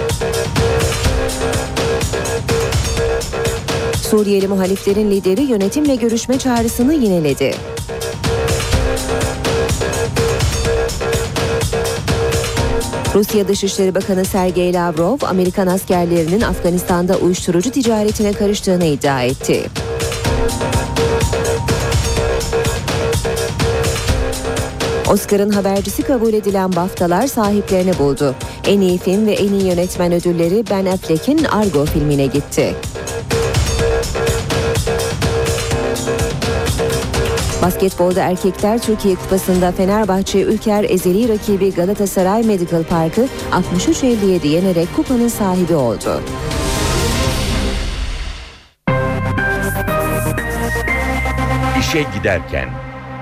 Suriyeli muhaliflerin lideri yönetimle görüşme çağrısını yineledi. Rusya Dışişleri Bakanı Sergey Lavrov, Amerikan askerlerinin Afganistan'da uyuşturucu ticaretine karıştığını iddia etti. Oscar'ın habercisi kabul edilen BAFTA'lar sahiplerini buldu. En iyi film ve en iyi yönetmen ödülleri Ben Affleck'in Argo filmine gitti. Basketbolda erkekler Türkiye Kupası'nda Fenerbahçe Ülker ezeli rakibi Galatasaray Medical Park'ı altmış üç elli yedi yenerek kupanın sahibi oldu. İşe giderken.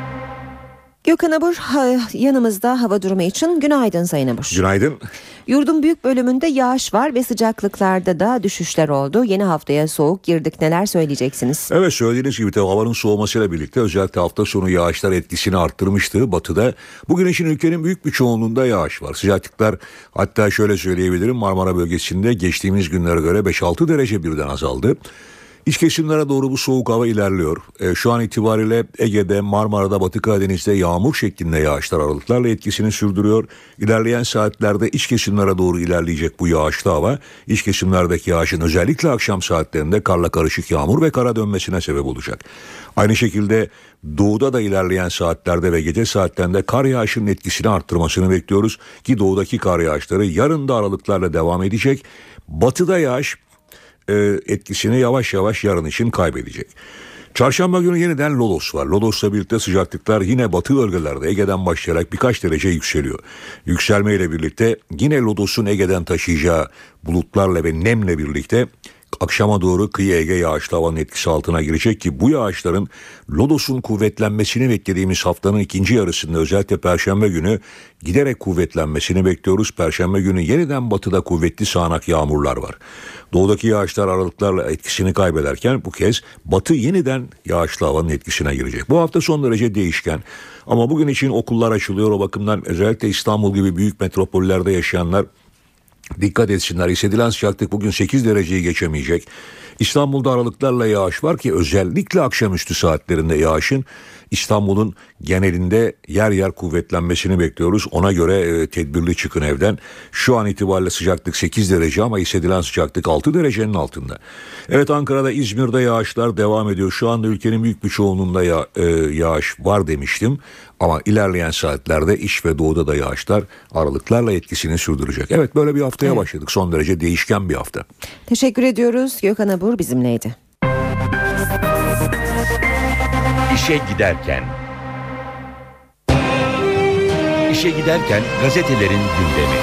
Gökhan Abur yanımızda hava durumu için. Günaydın Sayın Abur. Günaydın. Yurdun büyük bölümünde yağış var ve sıcaklıklarda da düşüşler oldu. Yeni haftaya soğuk girdik. Neler söyleyeceksiniz? Evet, söylediğiniz gibi havanın soğumasıyla birlikte özellikle hafta sonu yağışlar etkisini arttırmıştı batıda. Bugün için ülkenin büyük bir çoğunluğunda yağış var. Sıcaklıklar, hatta şöyle söyleyebilirim, Marmara bölgesinde geçtiğimiz günlere göre beş altı derece birden azaldı. İç kesimlere doğru bu soğuk hava ilerliyor. E, şu an itibariyle Ege'de, Marmara'da, Batı Karadeniz'de yağmur şeklinde yağışlar aralıklarla etkisini sürdürüyor. İlerleyen saatlerde iç kesimlere doğru ilerleyecek bu yağışlı hava, iç kesimlerdeki yağışın özellikle akşam saatlerinde karla karışık yağmur ve kara dönmesine sebep olacak. Aynı şekilde doğuda da ilerleyen saatlerde ve gece saatlerinde kar yağışının etkisini arttırmasını bekliyoruz. Ki doğudaki kar yağışları yarın da aralıklarla devam edecek. Batıda yağış etkisini yavaş yavaş yarın için kaybedecek. Çarşamba günü yeniden lodos var. Lodos'la birlikte sıcaklıklar yine batı bölgelerde Ege'den başlayarak birkaç derece yükseliyor. Yükselmeyle birlikte yine lodosun Ege'den taşıyacağı bulutlarla ve nemle birlikte akşama doğru kıyı Ege yağışlı havanın etkisi altına girecek ki bu yağışların lodosun kuvvetlenmesini beklediğimiz haftanın ikinci yarısında özellikle Perşembe günü giderek kuvvetlenmesini bekliyoruz. Perşembe günü yeniden batıda kuvvetli sağanak yağmurlar var. Doğudaki yağışlar aralıklarla etkisini kaybederken bu kez batı yeniden yağışlı havanın etkisine girecek. Bu hafta son derece değişken ama bugün için okullar açılıyor. O bakımdan özellikle İstanbul gibi büyük metropollerde yaşayanlar dikkat etsinler. Hissedilen sıcaklık bugün sekiz dereceyi geçemeyecek. İstanbul'da aralıklarla yağış var ki özellikle akşamüstü saatlerinde yağışın İstanbul'un genelinde yer yer kuvvetlenmesini bekliyoruz. Ona göre e, tedbirli çıkın evden. Şu an itibariyle sıcaklık sekiz derece ama hissedilen sıcaklık altı derecenin altında. Evet, Ankara'da, İzmir'de yağışlar devam ediyor. Şu anda ülkenin büyük bir çoğunluğunda ya, e, yağış var demiştim. Ama ilerleyen saatlerde iç ve doğuda da yağışlar aralıklarla etkisini sürdürecek. Evet, böyle bir haftaya evet. başladık. Son derece değişken bir hafta. Teşekkür ediyoruz. Gökhan Abur bizimleydi. İşe giderken. İşe giderken gazetelerin gündemi.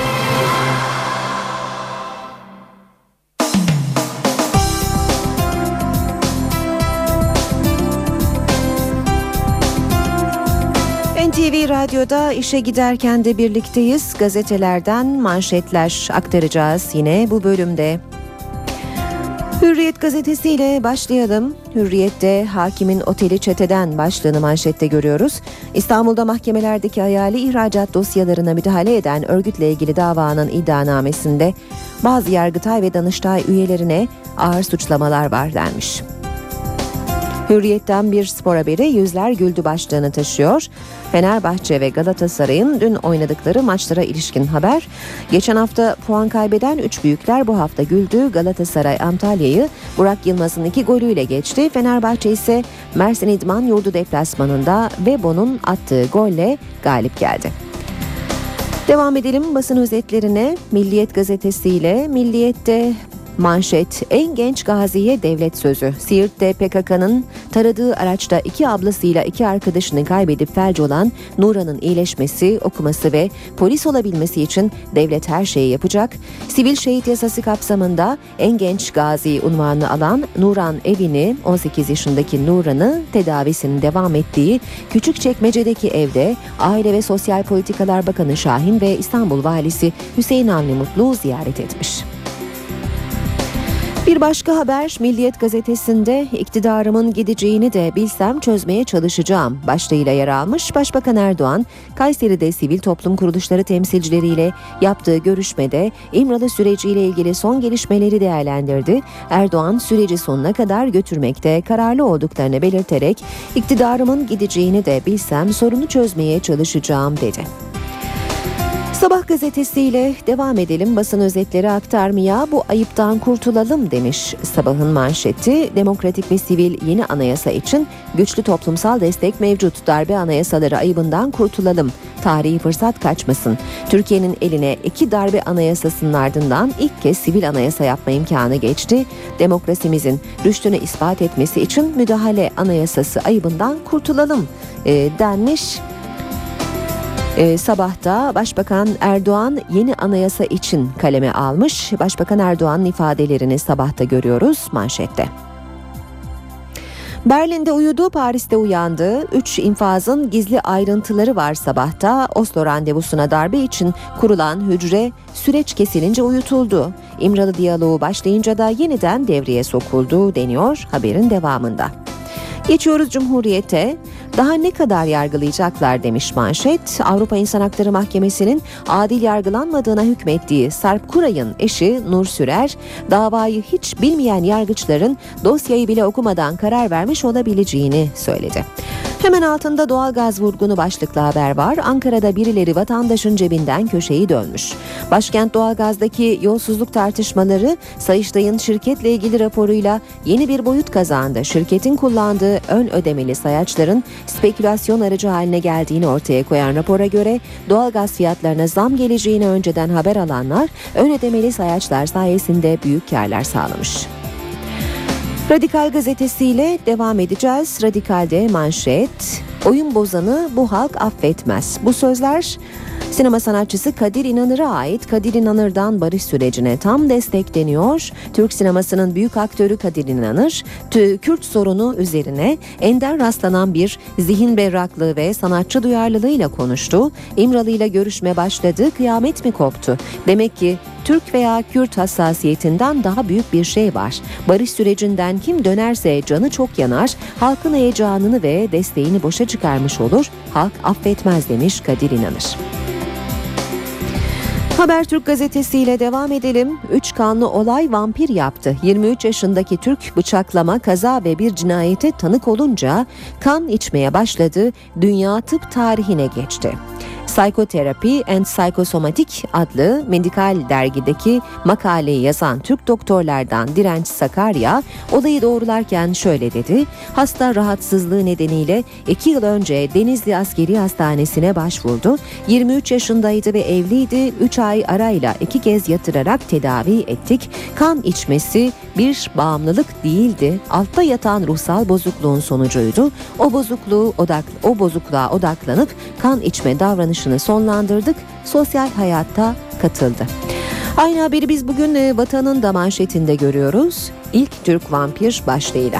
N T V Radyo'da işe giderken de birlikteyiz. Gazetelerden manşetler aktaracağız yine bu bölümde. Hürriyet gazetesiyle başlayalım. Hürriyet'te hakimin oteli çeteden başlığını manşette görüyoruz. İstanbul'da mahkemelerdeki hayali ihracat dosyalarına müdahale eden örgütle ilgili davanın iddianamesinde bazı Yargıtay ve Danıştay üyelerine ağır suçlamalar var denmiş. Hürriyet'ten bir spor haberi yüzler güldü başlığını taşıyor. Fenerbahçe ve Galatasaray'ın dün oynadıkları maçlara ilişkin haber. Geçen hafta puan kaybeden üç büyükler bu hafta güldü. Galatasaray Antalya'yı Burak Yılmaz'ın iki golüyle geçti. Fenerbahçe ise Mersin İdman Yurdu deplasmanında Bebo'nun attığı golle galip geldi. Devam edelim basın özetlerine. Milliyet gazetesiyle. Milliyet'te manşet, en genç gaziye devlet sözü. Siirt'te P K K'nın taradığı araçta iki ablasıyla iki arkadaşını kaybedip felç olan Nuran'ın iyileşmesi, okuması ve polis olabilmesi için devlet her şeyi yapacak. Sivil şehit yasası kapsamında en genç gazi unvanını alan Nuran evini, on sekiz yaşındaki Nuran'ı tedavisinin devam ettiği Küçükçekmece'deki evde Aile ve Sosyal Politikalar Bakanı Şahin ve İstanbul Valisi Hüseyin Avni Mutlu ziyaret etmiş. Bir başka haber Milliyet gazetesinde iktidarımın gideceğini de bilsem çözmeye çalışacağım başlığıyla yer almış. Başbakan Erdoğan, Kayseri'de sivil toplum kuruluşları temsilcileriyle yaptığı görüşmede İmralı süreciyle ilgili son gelişmeleri değerlendirdi. Erdoğan süreci sonuna kadar götürmekte kararlı olduklarını belirterek iktidarımın gideceğini de bilsem sorunu çözmeye çalışacağım dedi. Sabah gazetesiyle devam edelim. Basın özetleri aktarmaya bu ayıptan kurtulalım demiş Sabah'ın manşeti. Demokratik ve sivil yeni anayasa için güçlü toplumsal destek mevcut. Darbe anayasaları ayıbından kurtulalım. Tarihi fırsat kaçmasın. Türkiye'nin eline iki darbe anayasasının ardından ilk kez sivil anayasa yapma imkanı geçti. Demokrasimizin rüştünü ispat etmesi için müdahale anayasası ayıbından kurtulalım e, denmiş. Ee, sabahta Başbakan Erdoğan yeni anayasa için kaleme almış. Başbakan Erdoğan'ın ifadelerini sabahta görüyoruz manşette. Berlin'de uyudu, Paris'te uyandı. Üç infazın gizli ayrıntıları var sabahta. Oslo randevusuna darbe için kurulan hücre süreç kesilince uyutuldu. İmralı diyaloğu başlayınca da yeniden devreye sokuldu deniyor haberin devamında. Geçiyoruz Cumhuriyet'e. Daha ne kadar yargılayacaklar demiş manşet. Avrupa İnsan Hakları Mahkemesi'nin adil yargılanmadığına hükmettiği Sarp Kuray'ın eşi Nur Sürer, davayı hiç bilmeyen yargıçların dosyayı bile okumadan karar vermiş olabileceğini söyledi. Hemen altında doğalgaz vurgunu başlıklı haber var. Ankara'da birileri vatandaşın cebinden köşeyi dönmüş. Başkent doğalgazdaki yolsuzluk tartışmaları Sayıştay'ın şirketle ilgili raporuyla yeni bir boyut kazandı. Şirketin kullandığı ön ödemeli sayaçların spekülasyon aracı haline geldiğini ortaya koyan rapora göre doğalgaz fiyatlarına zam geleceğini önceden haber alanlar ön ödemeli sayaçlar sayesinde büyük kârlar sağlamış. Radikal gazetesiyle devam edeceğiz. Radikal'de manşet, oyun bozanı bu halk affetmez. Bu sözler sinema sanatçısı Kadir İnanır'a ait. Kadir İnanır'dan barış sürecine tam destekleniyor. Türk sinemasının büyük aktörü Kadir İnanır, Kürt sorunu üzerine ender rastlanan bir zihin berraklığı ve sanatçı duyarlılığıyla konuştu. İmralı ile görüşme başladı, kıyamet mi koptu? Demek ki Türk veya Kürt hassasiyetinden daha büyük bir şey var. Barış sürecinden kim dönerse canı çok yanar, halkın heyecanını ve desteğini boşa çıkarmış olur, halk affetmez demiş Kadir İnanır. Habertürk gazetesiyle devam edelim. Üç kanlı olay vampir yaptı. yirmi üç yaşındaki Türk bıçaklama, kaza ve bir cinayete tanık olunca kan içmeye başladı. Dünya tıp tarihine geçti. Psychotherapy and Psychosomatic adlı medikal dergideki makaleyi yazan Türk doktorlardan Direnç Sakarya olayı doğrularken şöyle dedi. Hasta rahatsızlığı nedeniyle iki yıl önce Denizli Askeri Hastanesi'ne başvurdu. yirmi üç yaşındaydı ve evliydi. üç ay arayla iki kez yatırarak tedavi ettik. Kan içmesi bir bağımlılık değildi. Altta yatan ruhsal bozukluğun sonucuydu. O bozukluğu odak, o bozukluğa odaklanıp kan içme davranışını sonlandırdık. Sosyal hayatta katıldı. Aynı haberi biz bugün Vatan'ın da manşetinde görüyoruz. İlk Türk vampir başlığıyla.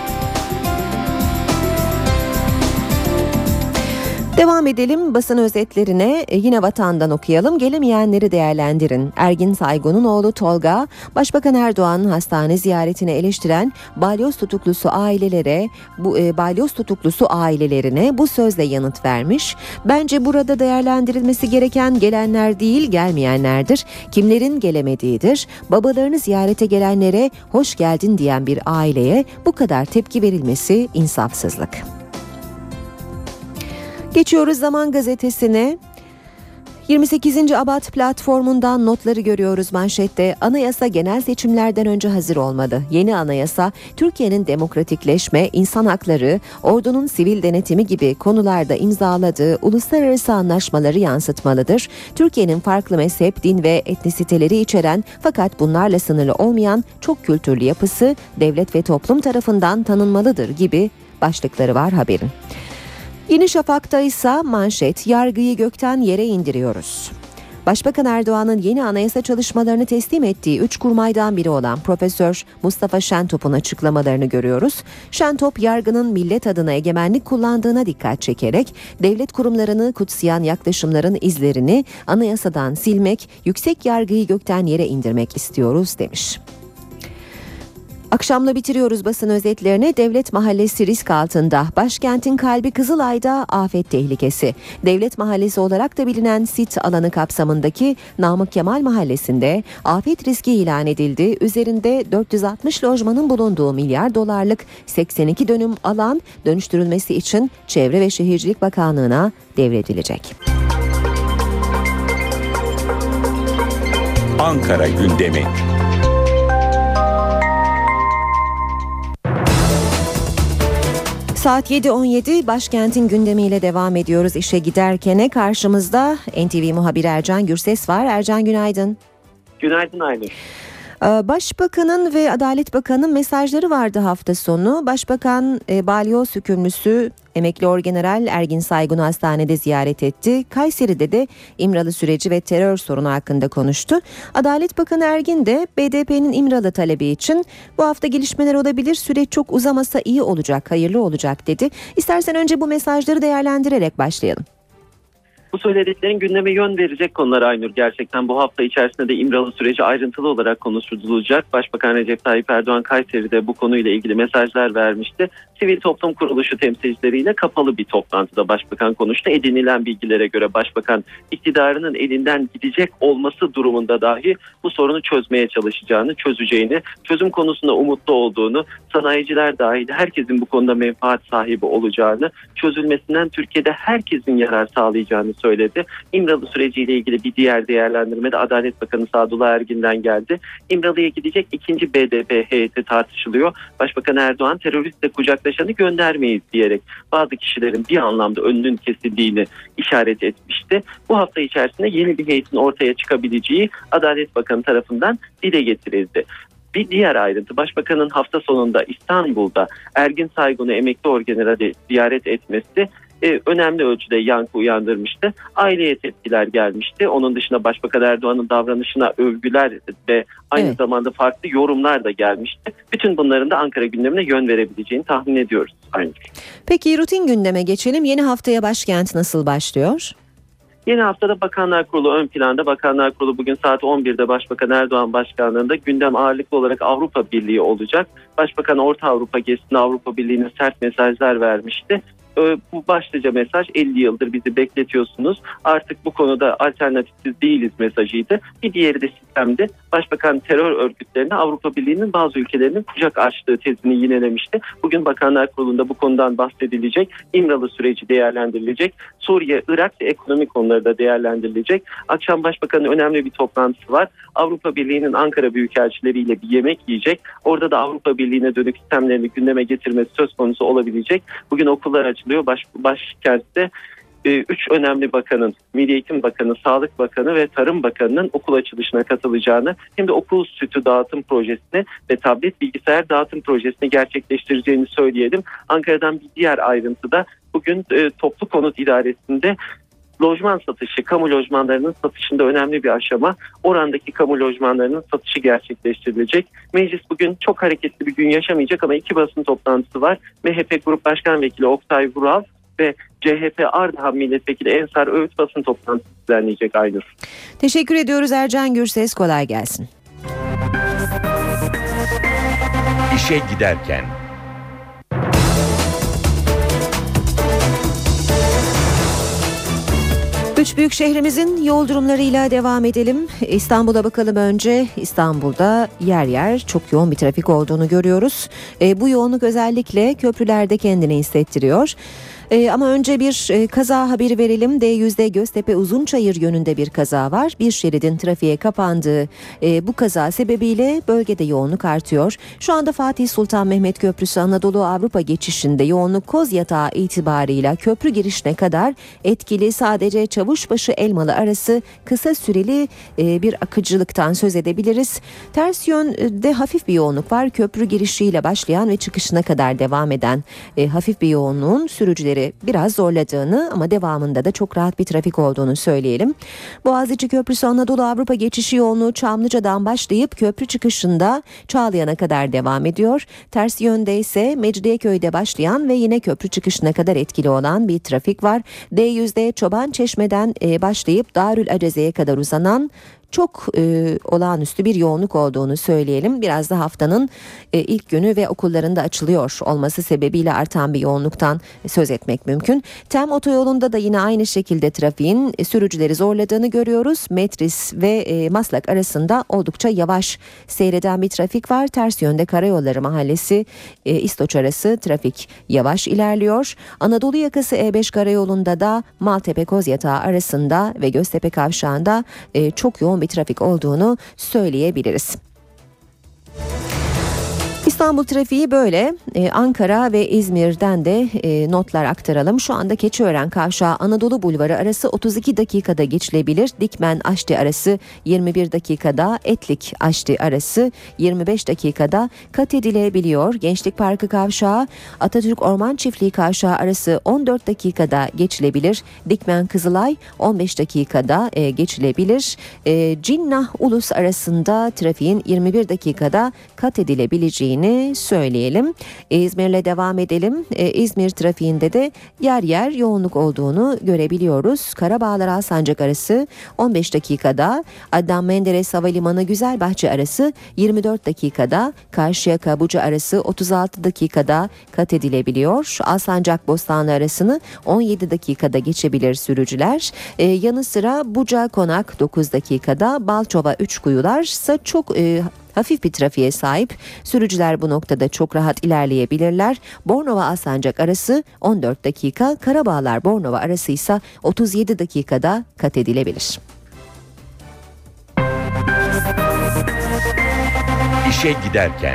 Devam edelim basın özetlerine. Yine Vatan'dan okuyalım. Gelemeyenleri değerlendirin. Ergin Saygun'un oğlu Tolga, Başbakan Erdoğan'ın hastane ziyaretini eleştiren balyoz tutuklusu ailelere, bu e, balyoz tutuklusu ailelerine bu sözle yanıt vermiş. Bence burada değerlendirilmesi gereken gelenler değil, gelmeyenlerdir. Kimlerin gelemediğidir. Babalarını ziyarete gelenlere hoş geldin diyen bir aileye bu kadar tepki verilmesi insafsızlık. Geçiyoruz Zaman Gazetesi'ne. yirmi sekizinci Abat platformundan notları görüyoruz manşette. Anayasa genel seçimlerden önce hazır olmadı. Yeni anayasa Türkiye'nin demokratikleşme, insan hakları, ordunun sivil denetimi gibi konularda imzaladığı uluslararası anlaşmaları yansıtmalıdır. Türkiye'nin farklı mezhep, din ve etnisiteleri içeren fakat bunlarla sınırlı olmayan çok kültürlü yapısı devlet ve toplum tarafından tanınmalıdır gibi başlıkları var haberin. Yeni Şafak'ta ise manşet, yargıyı gökten yere indiriyoruz. Başbakan Erdoğan'ın yeni anayasa çalışmalarını teslim ettiği üç kurmaydan biri olan Profesör Mustafa Şentop'un açıklamalarını görüyoruz. Şentop, yargının millet adına egemenlik kullandığına dikkat çekerek devlet kurumlarını kutsayan yaklaşımların izlerini anayasadan silmek, yüksek yargıyı gökten yere indirmek istiyoruz demiş. Akşamla bitiriyoruz basın özetlerini. Devlet Mahallesi risk altında. Başkentin kalbi Kızılay'da afet tehlikesi. Devlet Mahallesi olarak da bilinen sit alanı kapsamındaki Namık Kemal Mahallesi'nde afet riski ilan edildi. Üzerinde dört yüz altmış lojmanın bulunduğu milyar dolarlık seksen iki dönüm alan dönüştürülmesi için Çevre ve Şehircilik Bakanlığı'na devredilecek. Ankara gündemi. Saat yedi on yedi, başkentin gündemiyle devam ediyoruz. İşe giderkene karşımızda N T V muhabiri Ercan Gürses var. Ercan, günaydın. Günaydın Aynur. Başbakanın ve Adalet Bakanı'nın mesajları vardı hafta sonu. Başbakan e, balyoz hükümlüsü emekli orgeneral Ergin Saygun'u hastanede ziyaret etti. Kayseri'de de İmralı süreci ve terör sorunu hakkında konuştu. Adalet Bakanı Ergin de B D P'nin İmralı talebi için bu hafta gelişmeler olabilir, süreç çok uzamasa iyi olacak, hayırlı olacak dedi. İstersen önce bu mesajları değerlendirerek başlayalım. Bu söylediklerin gündeme yön verecek konular Aynur. Gerçekten bu hafta içerisinde de İmralı süreci ayrıntılı olarak konuşulacak. Başbakan Recep Tayyip Erdoğan Kayseri'de bu konuyla ilgili mesajlar vermişti. Sivil toplum kuruluşu temsilcileriyle kapalı bir toplantıda Başbakan konuştu. Edinilen bilgilere göre Başbakan iktidarının elinden gidecek olması durumunda dahi bu sorunu çözmeye çalışacağını, çözeceğini, çözüm konusunda umutlu olduğunu, sanayiciler dahil herkesin bu konuda menfaat sahibi olacağını, çözülmesinden Türkiye'de herkesin yarar sağlayacağını söyledi. İmralı süreciyle ilgili bir diğer değerlendirme de Adalet Bakanı Sadullah Ergin'den geldi. İmralı'ya gidecek ikinci B D P heyeti tartışılıyor. Başbakan Erdoğan teröristle kucaklaşanı göndermeyiz diyerek bazı kişilerin bir anlamda önünün kesildiğini işaret etmişti. Bu hafta içerisinde yeni bir heyetin ortaya çıkabileceği Adalet Bakanı tarafından dile getirildi. Bir diğer ayrıntı, Başbakanın hafta sonunda İstanbul'da Ergin Saygun'u emekli orgenerali ziyaret etmesi Ee, önemli ölçüde yankı uyandırmıştı. Aileye tepkiler gelmişti. Onun dışında Başbakan Erdoğan'ın davranışına övgüler ve aynı evet. zamanda farklı yorumlar da gelmişti. Bütün bunların da Ankara gündemine yön verebileceğini tahmin ediyoruz. Aynı. Peki rutin gündeme geçelim. Yeni haftaya başkent nasıl başlıyor? Yeni haftada Bakanlar Kurulu ön planda. Bakanlar Kurulu bugün saat on birde Başbakan Erdoğan başkanlığında gündem ağırlıklı olarak Avrupa Birliği olacak. Başbakan Orta Avrupa gezisinde Avrupa Birliği'ne sert mesajlar vermişti. Bu başlıca mesaj elli yıldır bizi bekletiyorsunuz. Artık bu konuda alternatifsiz değiliz mesajıydı. Bir diğeri de sistemde Başbakan terör örgütlerine Avrupa Birliği'nin bazı ülkelerinin kucak açtığı tezini yinelemişti. Bugün Bakanlar Kurulu'nda bu konudan bahsedilecek. İmralı süreci değerlendirilecek. Suriye, Irak ve ekonomik konuları da değerlendirilecek. Akşam Başbakan'ın önemli bir toplantısı var. Avrupa Birliği'nin Ankara büyükelçileriyle bir yemek yiyecek. Orada da Avrupa Birliği'ne dönük sistemlerini gündeme getirmesi söz konusu olabilecek. Bugün okullar açılıyor. Baş, başkentte e, üç önemli bakanın, Milli Eğitim Bakanı, Sağlık Bakanı ve Tarım Bakanı'nın okul açılışına katılacağını, hem de okul sütü dağıtım projesini ve tablet bilgisayar dağıtım projesini gerçekleştireceğini söyleyelim. Ankara'dan bir diğer ayrıntı da bugün e, Toplu Konut İdaresi'nde lojman satışı, kamu lojmanlarının satışında önemli bir aşama. Orandaki kamu lojmanlarının satışı gerçekleştirilecek. Meclis bugün çok hareketli bir gün yaşamayacak ama iki basın toplantısı var. M H P Grup Başkan Vekili Oktay Vural ve C H P Ardahan Milletvekili Ensar Öğüt basın toplantısı düzenleyecek Aynur. Teşekkür ediyoruz Ercan Gürses. Kolay gelsin. İşe giderken. Üç büyük şehrimizin yol durumlarıyla devam edelim. İstanbul'a bakalım önce. İstanbul'da yer yer çok yoğun bir trafik olduğunu görüyoruz. E, bu yoğunluk özellikle köprülerde kendini hissettiriyor. Ee, ama önce bir e, kaza haberi verelim. D yüzde Göztepe Uzunçayır yönünde bir kaza var. Bir şeridin trafiğe kapandığı e, bu kaza sebebiyle bölgede yoğunluk artıyor. Şu anda Fatih Sultan Mehmet Köprüsü Anadolu Avrupa geçişinde yoğunluk Kozyatağı itibarıyla köprü girişine kadar etkili. Sadece Çavuşbaşı Elmalı arası kısa süreli e, bir akıcılıktan söz edebiliriz. Ters yönde hafif bir yoğunluk var. Köprü girişiyle başlayan ve çıkışına kadar devam eden e, hafif bir yoğunluğun sürücüleri biraz zorladığını ama devamında da çok rahat bir trafik olduğunu söyleyelim. Boğaziçi Köprüsü Anadolu Avrupa geçişi yoğunluğu Çamlıca'dan başlayıp köprü çıkışında Çağlayan'a kadar devam ediyor. Ters yönde ise Mecidiyeköy'de başlayan ve yine köprü çıkışına kadar etkili olan bir trafik var. D yüzde Çobançeşme'den başlayıp Darül Aceze'ye kadar uzanan çok e, olağanüstü bir yoğunluk olduğunu söyleyelim. Biraz da haftanın e, ilk günü ve okullarında açılıyor olması sebebiyle artan bir yoğunluktan söz etmek mümkün. Tem otoyolunda da yine aynı şekilde trafiğin e, sürücüleri zorladığını görüyoruz. Metris ve e, Maslak arasında oldukça yavaş seyreden bir trafik var. Ters yönde Karayolları Mahallesi e, İstoç arası trafik yavaş ilerliyor. Anadolu yakası E beş karayolunda da Maltepe Kozyatağı arasında ve Göztepe kavşağında e, çok yoğun bir trafik olduğunu söyleyebiliriz. İstanbul trafiği böyle. Ee, Ankara ve İzmir'den de e, notlar aktaralım. Şu anda Keçiören Kavşağı Anadolu Bulvarı arası otuz iki dakikada geçilebilir. Dikmen Aşti arası yirmi bir dakikada, Etlik Aşti arası yirmi beş dakikada kat edilebiliyor. Gençlik Parkı Kavşağı Atatürk Orman Çiftliği Kavşağı arası on dört dakikada geçilebilir. Dikmen Kızılay on beş dakikada e, geçilebilir. E, Cinnah Ulus arasında trafiğin yirmi bir dakikada kat edilebileceğini söyleyelim. İzmir'le devam edelim. Ee, İzmir trafiğinde de yer yer yoğunluk olduğunu görebiliyoruz. Karabağlar Alsancak arası on beş dakikada, Adnan Menderes Havalimanı Güzelbahçe arası yirmi dört dakikada, Karşıyaka Buca arası otuz altı dakikada kat edilebiliyor. Alsancak Bostanlı arasını on yedi dakikada geçebilir sürücüler. Ee, yanı sıra Buca Konak dokuz dakikada, Balçova Üçkuyular ise çok e, hafif bir trafiğe sahip. Sürücüler bu noktada çok rahat ilerleyebilirler. Bornova Alsancak arası on dört dakika, Karabağlar Bornova arası ise otuz yedi dakikada kat edilebilir. İşe giderken.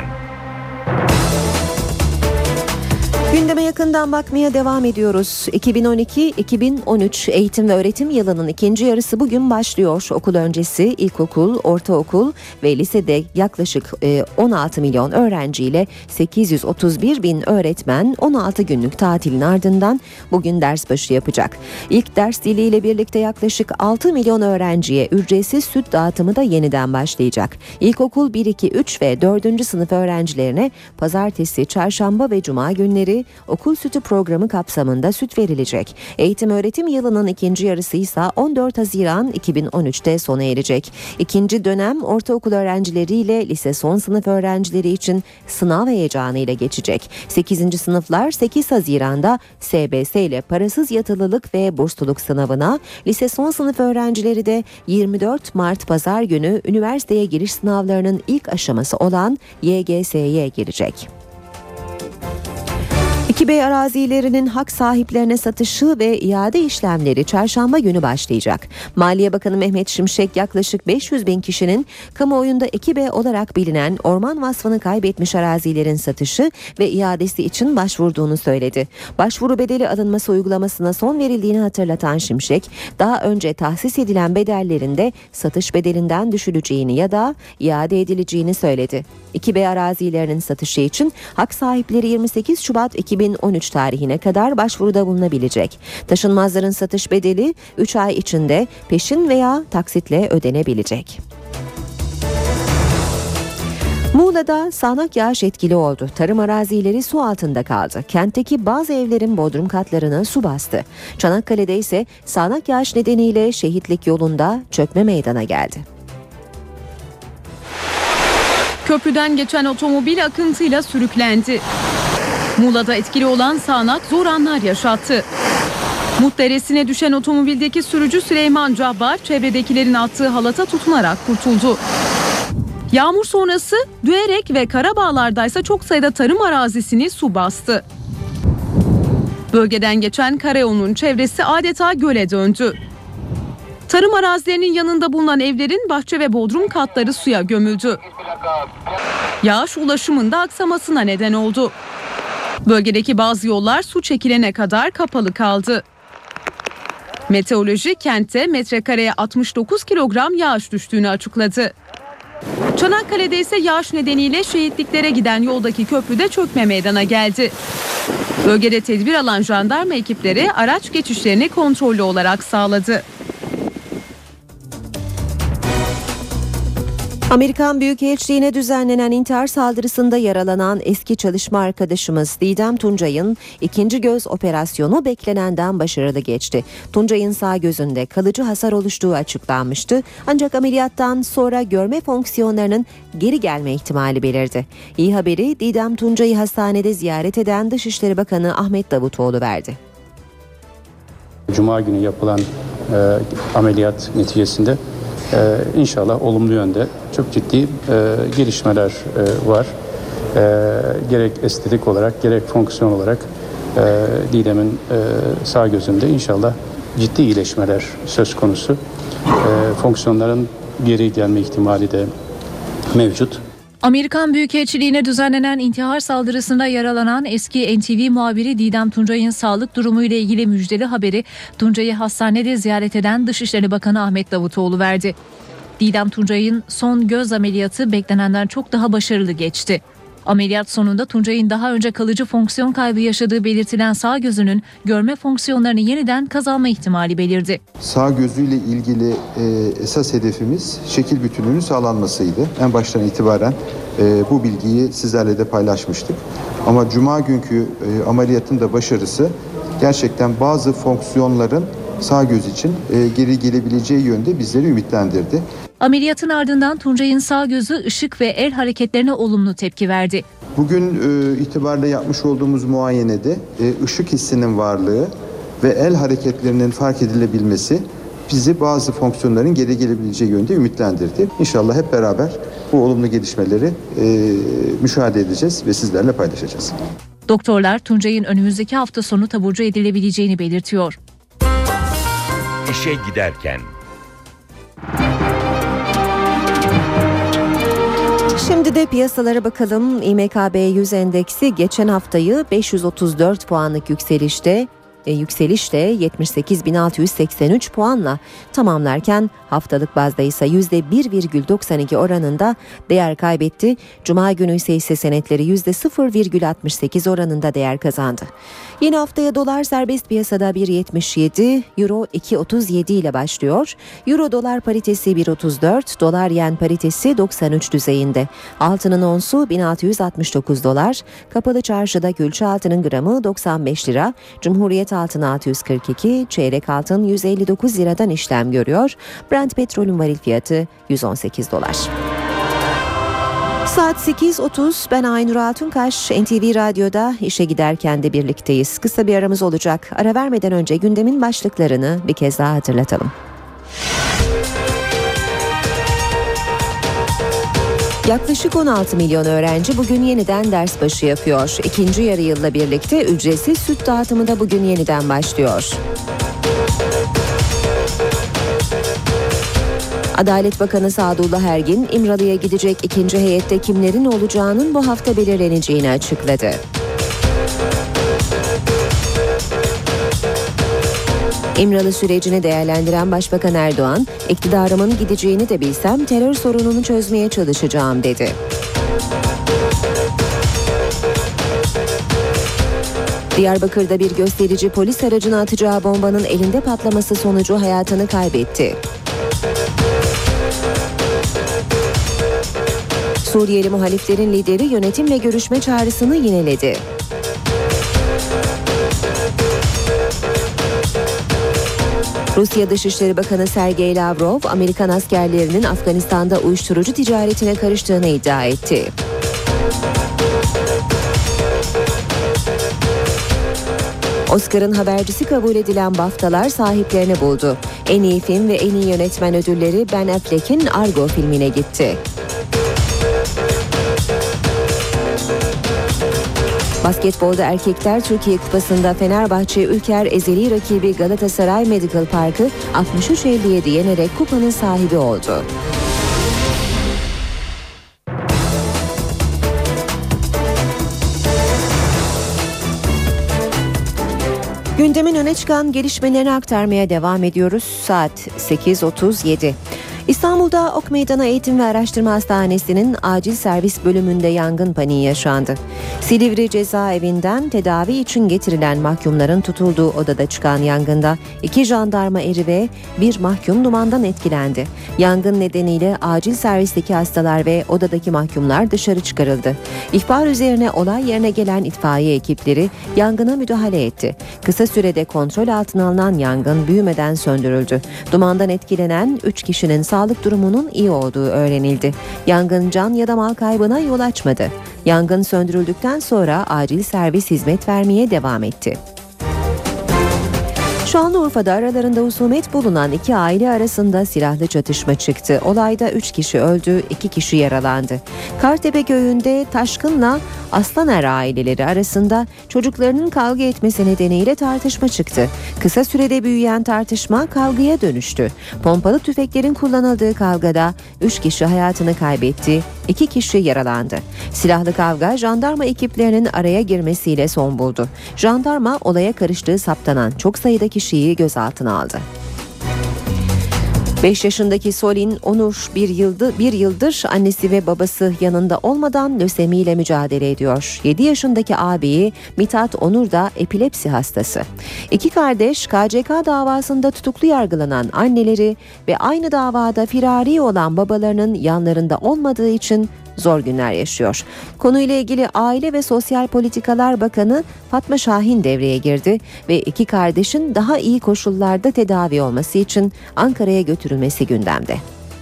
Gündeme yakından bakmaya devam ediyoruz. iki bin on iki iki bin on üç eğitim ve öğretim yılının ikinci yarısı bugün başlıyor. Okul öncesi ilkokul, ortaokul ve lisede yaklaşık on altı milyon öğrenciyle sekiz yüz otuz bir bin öğretmen on altı günlük tatilin ardından bugün ders başı yapacak. İlk ders diliyle birlikte yaklaşık altı milyon öğrenciye ücretsiz süt dağıtımı da yeniden başlayacak. İlkokul bir, iki, üç ve dördüncü sınıf öğrencilerine pazartesi, çarşamba ve cuma günleri okul sütü programı kapsamında süt verilecek. Eğitim öğretim yılının ikinci yarısı ise on dört Haziran iki bin on üçte sona erecek. İkinci dönem ortaokul öğrencileriyle lise son sınıf öğrencileri için sınav heyecanıyla geçecek. sekizinci sınıflar sekiz Haziran'da S B S ile parasız yatılılık ve bursluluk sınavına, lise son sınıf öğrencileri de yirmi dört Mart Pazar günü üniversiteye giriş sınavlarının ilk aşaması olan Y G S'ye girecek. İki B arazilerinin hak sahiplerine satışı ve iade işlemleri çarşamba günü başlayacak. Maliye Bakanı Mehmet Şimşek yaklaşık beş yüz bin kişinin kamuoyunda iki B olarak bilinen orman vasfını kaybetmiş arazilerin satışı ve iadesi için başvurduğunu söyledi. Başvuru bedeli alınması uygulamasına son verildiğini hatırlatan Şimşek, daha önce tahsis edilen bedellerin de satış bedelinden düşüleceğini ya da iade edileceğini söyledi. iki B arazilerinin satışı için hak sahipleri yirmi sekiz Şubat iki bin on üç tarihine kadar başvuruda bulunabilecek. Taşınmazların satış bedeli üç ay içinde peşin veya taksitle ödenebilecek. Muğla'da sağanak yağış etkili oldu. Tarım arazileri su altında kaldı. Kentteki bazı evlerin bodrum katlarını su bastı. Çanakkale'de ise sağanak yağış nedeniyle Şehitlik yolunda çökme meydana geldi. Köprüden geçen otomobil akıntıyla sürüklendi. Muğla'da etkili olan sağanak zor anlar yaşattı. Mut Deresi'ne düşen otomobildeki sürücü Süleyman Cabbar çevredekilerin attığı halata tutunarak kurtuldu. Yağmur sonrası Düerek ve Karabağlar'daysa çok sayıda tarım arazisini su bastı. Bölgeden geçen karayolunun çevresi adeta göle döndü. Tarım arazilerinin yanında bulunan evlerin bahçe ve bodrum katları suya gömüldü. Yağış ulaşımında aksamasına neden oldu. Bölgedeki bazı yollar su çekilene kadar kapalı kaldı. Meteoroloji kentte metrekareye altmış dokuz kilogram yağış düştüğünü açıkladı. Çanakkale'de ise yağış nedeniyle şehitliklere giden yoldaki köprüde çökme meydana geldi. Bölgede tedbir alan jandarma ekipleri araç geçişlerini kontrollü olarak sağladı. Amerikan Büyükelçiliğine düzenlenen intihar saldırısında yaralanan eski çalışma arkadaşımız Didem Tuncay'ın ikinci göz operasyonu beklenenden başarılı geçti. Tuncay'ın sağ gözünde kalıcı hasar oluştuğu açıklanmıştı. Ancak ameliyattan sonra görme fonksiyonlarının geri gelme ihtimali belirdi. İyi haberi Didem Tuncay'ı hastanede ziyaret eden Dışişleri Bakanı Ahmet Davutoğlu verdi. Cuma günü yapılan e, ameliyat neticesinde Ee, inşallah olumlu yönde çok ciddi e, gelişmeler e, var. E, gerek estetik olarak gerek fonksiyon olarak e, Didem'in e, sağ gözünde inşallah ciddi iyileşmeler söz konusu. E, fonksiyonların geri gelme ihtimali de mevcut. Amerikan Büyükelçiliğine düzenlenen intihar saldırısında yaralanan eski N T V muhabiri Didem Tuncay'ın sağlık durumu ile ilgili müjdeli haberi Tuncay'ı hastanede ziyaret eden Dışişleri Bakanı Ahmet Davutoğlu verdi. Didem Tuncay'ın son göz ameliyatı beklenenden çok daha başarılı geçti. Ameliyat sonunda Tuncay'ın daha önce kalıcı fonksiyon kaybı yaşadığı belirtilen sağ gözünün görme fonksiyonlarını yeniden kazanma ihtimali belirdi. Sağ gözüyle ilgili e, esas hedefimiz şekil bütünlüğünün sağlanmasıydı. En baştan itibaren e, bu bilgiyi sizlerle de paylaşmıştık. Ama Cuma günkü e, ameliyatın da başarısı gerçekten bazı fonksiyonların sağ göz için e, geri gelebileceği yönde bizleri ümitlendirdi. Ameliyatın ardından Tuncay'ın sağ gözü ışık ve el hareketlerine olumlu tepki verdi. Bugün e, itibariyle yapmış olduğumuz muayenede e, ışık hissinin varlığı ve el hareketlerinin fark edilebilmesi bizi bazı fonksiyonların geri gelebileceği yönde ümitlendirdi. İnşallah hep beraber bu olumlu gelişmeleri e, müşahede edeceğiz ve sizlerle paylaşacağız. Doktorlar Tuncay'ın önümüzdeki hafta sonu taburcu edilebileceğini belirtiyor. İşe giderken. Şimdi de piyasalara bakalım. İ M K B yüz endeksi geçen haftayı beş yüz otuz dört puanlık yükselişte e, yükselişle yetmiş sekiz bin altı yüz seksen üç puanla tamamlarken haftalık bazda ise yüzde bir virgül doksan iki oranında değer kaybetti. Cuma günü ise hisse senetleri yüzde sıfır virgül altmış sekiz oranında değer kazandı. Yeni haftaya dolar serbest piyasada bir virgül yetmiş yedi, euro iki virgül otuz yedi ile başlıyor. Euro dolar paritesi bir virgül otuz dört, dolar yen paritesi doksan üç düzeyinde. Altının onsu bin altı yüz altmış dokuz dolar, kapalı çarşıda külçe altının gramı doksan beş lira, Cumhuriyet altını altı yüz kırk iki, çeyrek altın yüz elli dokuz liradan işlem görüyor. Brent petrolün varil fiyatı yüz on sekiz dolar. Saat sekiz otuz, ben Aynur Altunkaş, N T V Radyo'da işe giderken de birlikteyiz. Kısa bir aramız olacak. Ara vermeden önce gündemin başlıklarını bir kez daha hatırlatalım. Yaklaşık on altı milyon öğrenci bugün yeniden ders başı yapıyor. İkinci yarı yılla birlikte ücretsiz süt dağıtımı da bugün yeniden başlıyor. Adalet Bakanı Sadullah Ergin, İmralı'ya gidecek ikinci heyette kimlerin olacağının bu hafta belirleneceğini açıkladı. İmralı sürecini değerlendiren Başbakan Erdoğan, iktidarımın gideceğini de bilsem terör sorununu çözmeye çalışacağım dedi. Diyarbakır'da bir gösterici polis aracına atacağı bombanın elinde patlaması sonucu hayatını kaybetti. Suriyeli muhaliflerin lideri yönetimle görüşme çağrısını yineledi. Rusya Dışişleri Bakanı Sergey Lavrov, Amerikan askerlerinin Afganistan'da uyuşturucu ticaretine karıştığını iddia etti. Oscar'ın habercisi kabul edilen BAFTA'lar sahiplerini buldu. En iyi film ve en iyi yönetmen ödülleri Ben Affleck'in Argo filmine gitti. Basketbolda erkekler Türkiye Kupası'nda Fenerbahçe Ülker ezeli rakibi Galatasaray Medical Park'ı altmış üç elli yedi yenerek kupanın sahibi oldu. Gündemin öne çıkan gelişmelerini aktarmaya devam ediyoruz. Saat sekiz otuz yedi. İstanbul'da Ok Meydanı Eğitim ve Araştırma Hastanesi'nin acil servis bölümünde yangın paniği yaşandı. Silivri cezaevinden tedavi için getirilen mahkumların tutulduğu odada çıkan yangında iki jandarma eri ve bir mahkum dumandan etkilendi. Yangın nedeniyle acil servisteki hastalar ve odadaki mahkumlar dışarı çıkarıldı. İhbar üzerine olay yerine gelen itfaiye ekipleri yangına müdahale etti. Kısa sürede kontrol altına alınan yangın büyümeden söndürüldü. Dumandan etkilenen üç kişinin sağlık durumunun iyi olduğu öğrenildi. Yangın can ya da mal kaybına yol açmadı. Yangın söndürüldükten sonra acil servis hizmet vermeye devam etti. Şanlıurfa'da aralarında husumet bulunan iki aile arasında silahlı çatışma çıktı. Olayda üç kişi öldü, iki kişi yaralandı. Kartepe köyünde Taşkın'la Aslaner aileleri arasında çocuklarının kavga etmesi nedeniyle tartışma çıktı. Kısa sürede büyüyen tartışma kavgaya dönüştü. Pompalı tüfeklerin kullanıldığı kavgada üç kişi hayatını kaybetti, iki kişi yaralandı. Silahlı kavga jandarma ekiplerinin araya girmesiyle son buldu. Jandarma olaya karıştığı saptanan çok sayıda kişiyi gözaltına aldı. beş yaşındaki Solin Onur bir yıldır, bir yıldır annesi ve babası yanında olmadan lösemiyle mücadele ediyor. yedi yaşındaki abiyi Mithat Onur da epilepsi hastası. İki kardeş K C K davasında tutuklu yargılanan anneleri ve aynı davada firari olan babalarının yanlarında olmadığı için zor günler yaşıyor. Konuyla ilgili Aile ve Sosyal Politikalar Bakanı Fatma Şahin devreye girdi ve iki kardeşin daha iyi koşullarda tedavi olması için Ankara'ya götürülmesi gündemde.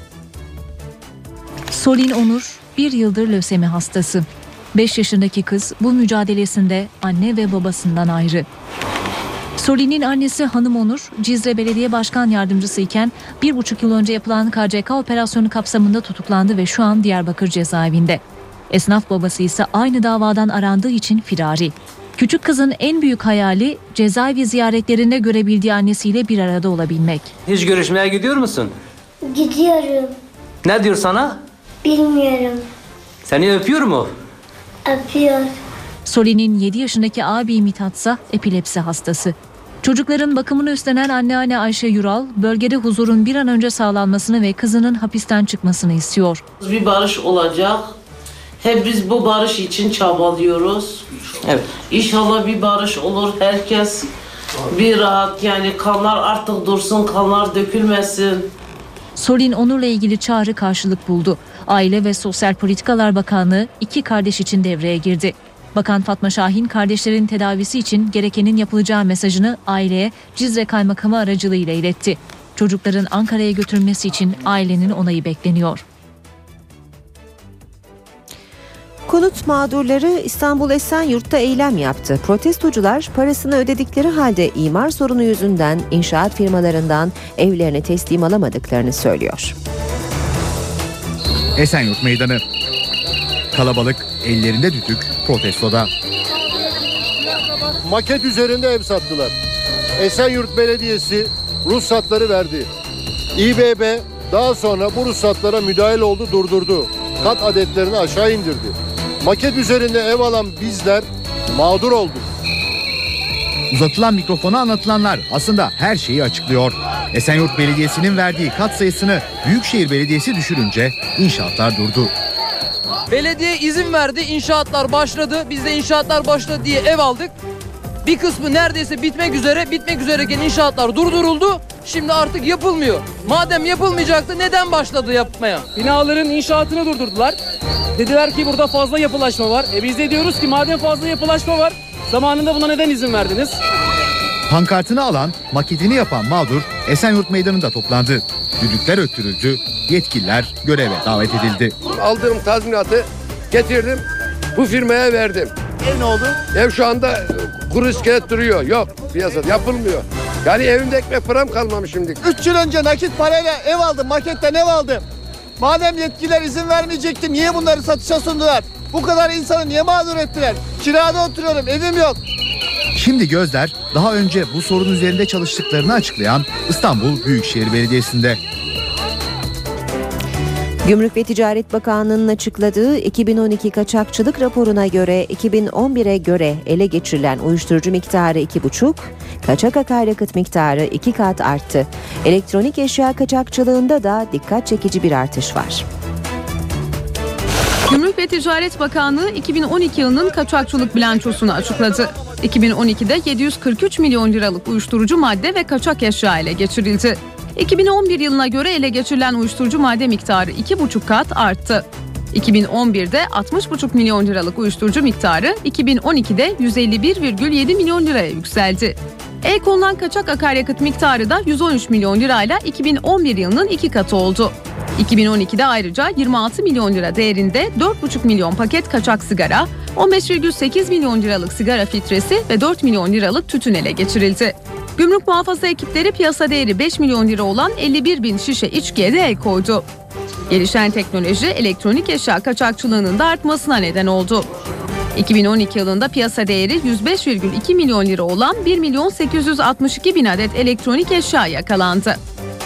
Solin Onur bir yıldır lösemi hastası. beş yaşındaki kız bu mücadelesinde anne ve babasından ayrı. Solin'in annesi Hanım Onur, Cizre Belediye Başkan Yardımcısı iken bir buçuk yıl önce yapılan K C K operasyonu kapsamında tutuklandı ve şu an Diyarbakır cezaevinde. Esnaf babası ise aynı davadan arandığı için firari. Küçük kızın en büyük hayali cezaevi ziyaretlerinde görebildiği annesiyle bir arada olabilmek. Hiç görüşmeye gidiyor musun? Gidiyorum. Ne diyor sana? Bilmiyorum. Seni öpüyor mu? Öpüyor. Solin'in yedi yaşındaki abi Mithat ise epilepsi hastası. Çocukların bakımını üstlenen anneanne Ayşe Yural, bölgede huzurun bir an önce sağlanmasını ve kızının hapisten çıkmasını istiyor. Bir barış olacak. Hep biz bu barış için çabalıyoruz. Evet. İnşallah bir barış olur. Herkes bir rahat, yani kanlar artık dursun, kanlar dökülmesin. Solin Onur'la ilgili çağrı karşılık buldu. Aile ve Sosyal Politikalar Bakanlığı iki kardeş için devreye girdi. Bakan Fatma Şahin kardeşlerin tedavisi için gerekenin yapılacağı mesajını aileye Cizre Kaymakamı aracılığıyla iletti. Çocukların Ankara'ya götürülmesi için ailenin onayı bekleniyor. Konut mağdurları İstanbul Esenyurt'ta eylem yaptı. Protestocular parasını ödedikleri halde imar sorunu yüzünden inşaat firmalarından evlerini teslim alamadıklarını söylüyor. Esenyurt Meydanı. Kalabalık, ellerinde düdük, protestoda. Maket üzerinde ev sattılar. Esenyurt Belediyesi ruhsatları verdi. İ B B daha sonra bu ruhsatlara müdahil oldu, durdurdu. Kat adetlerini aşağı indirdi. Maket üzerinde ev alan bizler mağdur olduk. Uzatılan mikrofona anlatılanlar aslında her şeyi açıklıyor. Esenyurt Belediyesi'nin verdiği kat sayısını Büyükşehir Belediyesi düşürünce inşaatlar durdu. Belediye izin verdi, inşaatlar başladı. Biz de inşaatlar başladı diye ev aldık. Bir kısmı neredeyse bitmek üzere, bitmek üzereyken inşaatlar durduruldu. Şimdi artık yapılmıyor. Madem yapılmayacaktı neden başladı yapmaya? Binaların inşaatını durdurdular. Dediler ki burada fazla yapılaşma var. E biz de diyoruz ki madem fazla yapılaşma var, zamanında buna neden izin verdiniz? Pankartını alan, maketini yapan mağdur Esenyurt Meydanı'nda toplandı. Düdükler öttürüldü, yetkililer göreve davet edildi. Aldığım tazminatı getirdim, bu firmaya verdim. Ev ne oldu? Ev şu anda kuru iskelet duruyor, yok piyasada yapılmıyor. Yani evimde ekmek param kalmamış şimdi. üç yıl önce nakit parayla ev aldım, maketten ev aldım. Madem yetkililer izin vermeyecekti, niye bunları satışa sundular? Bu kadar insanı niye mağdur ettiler? Kirada oturuyorum, evim yok. Şimdi gözler daha önce bu sorun üzerinde çalıştıklarını açıklayan İstanbul Büyükşehir Belediyesi'nde. Gümrük ve Ticaret Bakanlığı'nın açıkladığı iki bin on iki kaçakçılık raporuna göre iki bin on bire göre ele geçirilen uyuşturucu miktarı iki buçuk, kaçak akaryakıt miktarı iki kat arttı. Elektronik eşya kaçakçılığında da dikkat çekici bir artış var. Gümrük ve Ticaret Bakanlığı iki bin on iki yılının kaçakçılık bilançosunu açıkladı. iki bin on ikide yedi yüz kırk üç milyon liralık uyuşturucu madde ve kaçak eşya ele geçirildi. iki bin on bir yılına göre ele geçirilen uyuşturucu madde miktarı iki buçuk kat arttı. iki bin on birde altmış buçuk milyon liralık uyuşturucu miktarı iki bin on ikide yüz elli bir virgül yedi milyon liraya yükseldi. El konulan kaçak akaryakıt miktarı da yüz on üç milyon lirayla iki bin on bir yılının iki katı oldu. iki bin on ikide ayrıca yirmi altı milyon lira değerinde dört buçuk milyon paket kaçak sigara, on beş virgül sekiz milyon liralık sigara filtresi ve dört milyon liralık tütün ele geçirildi. Gümrük muhafaza ekipleri piyasa değeri beş milyon lira olan elli bir bin şişe içkiye de el koydu. Gelişen teknoloji elektronik eşya kaçakçılığının da artmasına neden oldu. iki bin on iki yılında piyasa değeri yüz beş virgül iki milyon lira olan bir milyon sekiz yüz altmış iki bin adet elektronik eşya yakalandı.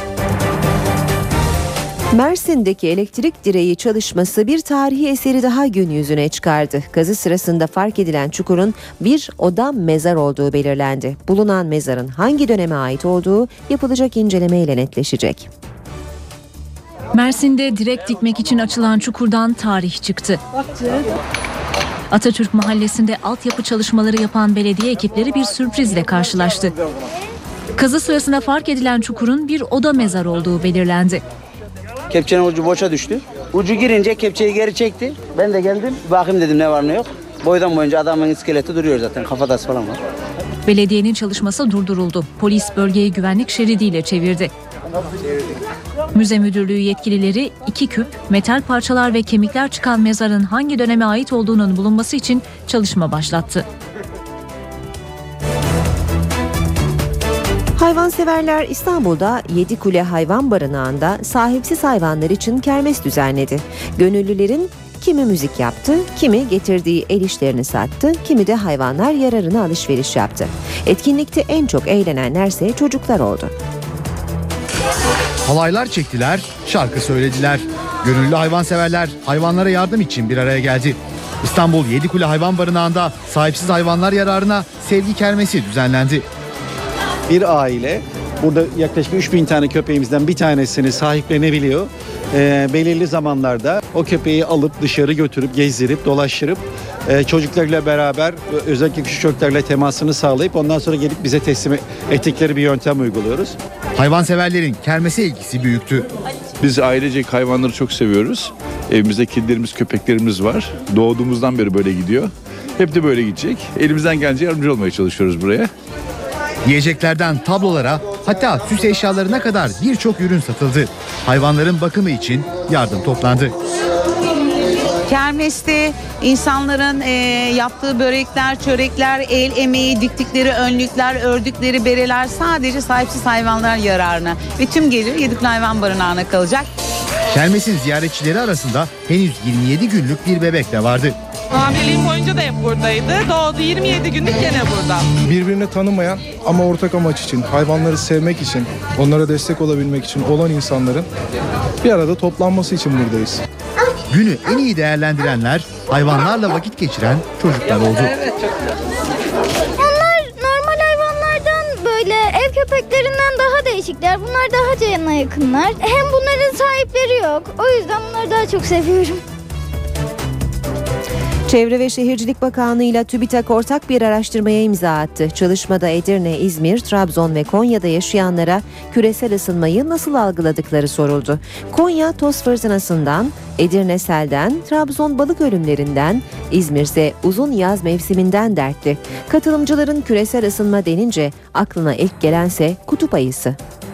Mersin'deki elektrik direği çalışması bir tarihi eseri daha gün yüzüne çıkardı. Kazı sırasında fark edilen çukurun bir oda mezar olduğu belirlendi. Bulunan mezarın hangi döneme ait olduğu yapılacak incelemeyle netleşecek. Mersin'de direk dikmek için açılan çukurdan tarih çıktı. Atatürk Mahallesi'nde altyapı çalışmaları yapan belediye ekipleri bir sürprizle karşılaştı. Kazı sırasında fark edilen çukurun bir oda mezar olduğu belirlendi. Kepçenin ucu boşa düştü. Ucu girince kepçeyi geri çekti. Ben de geldim. Bakayım dedim ne var ne yok. Boydan boyunca adamın iskeleti duruyor zaten. Kafatası falan var. Belediyenin çalışması durduruldu. Polis bölgeyi güvenlik şeridiyle çevirdi. Müze müdürlüğü yetkilileri iki küp, metal parçalar ve kemikler çıkan mezarın hangi döneme ait olduğunun bulunması için çalışma başlattı. Hayvanseverler İstanbul'da Yedikule Hayvan Barınağı'nda sahipsiz hayvanlar için kermes düzenledi. Gönüllülerin kimi müzik yaptı, kimi getirdiği el işlerini sattı, kimi de hayvanlar yararına alışveriş yaptı. Etkinlikte en çok eğlenenlerse çocuklar oldu. Halaylar çektiler, şarkı söylediler. Gönüllü hayvanseverler hayvanlara yardım için bir araya geldi. İstanbul Yedikule Hayvan Barınağı'nda sahipsiz hayvanlar yararına sevgi kermesi düzenlendi. Bir aile burada yaklaşık üç bin tane köpeğimizden bir tanesini sahiplenebiliyor. E, belirli zamanlarda o köpeği alıp dışarı götürüp gezdirip dolaştırıp e, çocuklarıyla beraber özellikle küçük çocuklarla temasını sağlayıp ondan sonra gelip bize teslim ettikleri bir yöntem uyguluyoruz. Hayvanseverlerin kermese ilgisi büyüktü. Biz ailecek hayvanları çok seviyoruz. Evimizde kedilerimiz, köpeklerimiz var. Doğduğumuzdan beri böyle gidiyor. Hep de böyle gidecek. Elimizden gelince yardımcı olmaya çalışıyoruz buraya. Yiyeceklerden tablolara, hatta süs eşyalarına kadar birçok ürün satıldı. Hayvanların bakımı için yardım toplandı. Kermeste insanların e, yaptığı börekler, çörekler, el emeği, diktikleri önlükler, ördükleri bereler sadece sahipsiz hayvanlar yararına ve tüm gelir Yedikule Hayvan Barınağı'na kalacak. Kermesin ziyaretçileri arasında henüz yirmi yedi günlük bir bebek de vardı. Hamileliğim boyunca da hep buradaydı. Doğdu yirmi yedi günlük gene burada. Birbirini tanımayan ama ortak amaç için, hayvanları sevmek için, onlara destek olabilmek için olan insanların bir arada toplanması için buradayız. Günü en iyi değerlendirenler, hayvanlarla vakit geçiren çocuklar oldu. Onlar normal hayvanlardan böyle ev köpeklerinden daha değişikler. Bunlar daha cana yakınlar. Hem bunların sahipleri yok. O yüzden bunları daha çok seviyorum. Çevre ve Şehircilik Bakanlığı ile TÜBİTAK ortak bir araştırmaya imza attı. Çalışmada Edirne, İzmir, Trabzon ve Konya'da yaşayanlara küresel ısınmayı nasıl algıladıkları soruldu. Konya toz fırtınasından, Edirne selden, Trabzon balık ölümlerinden, İzmir ise uzun yaz mevsiminden dertli. Katılımcıların küresel ısınma denince aklına ilk gelense kutup ayısı.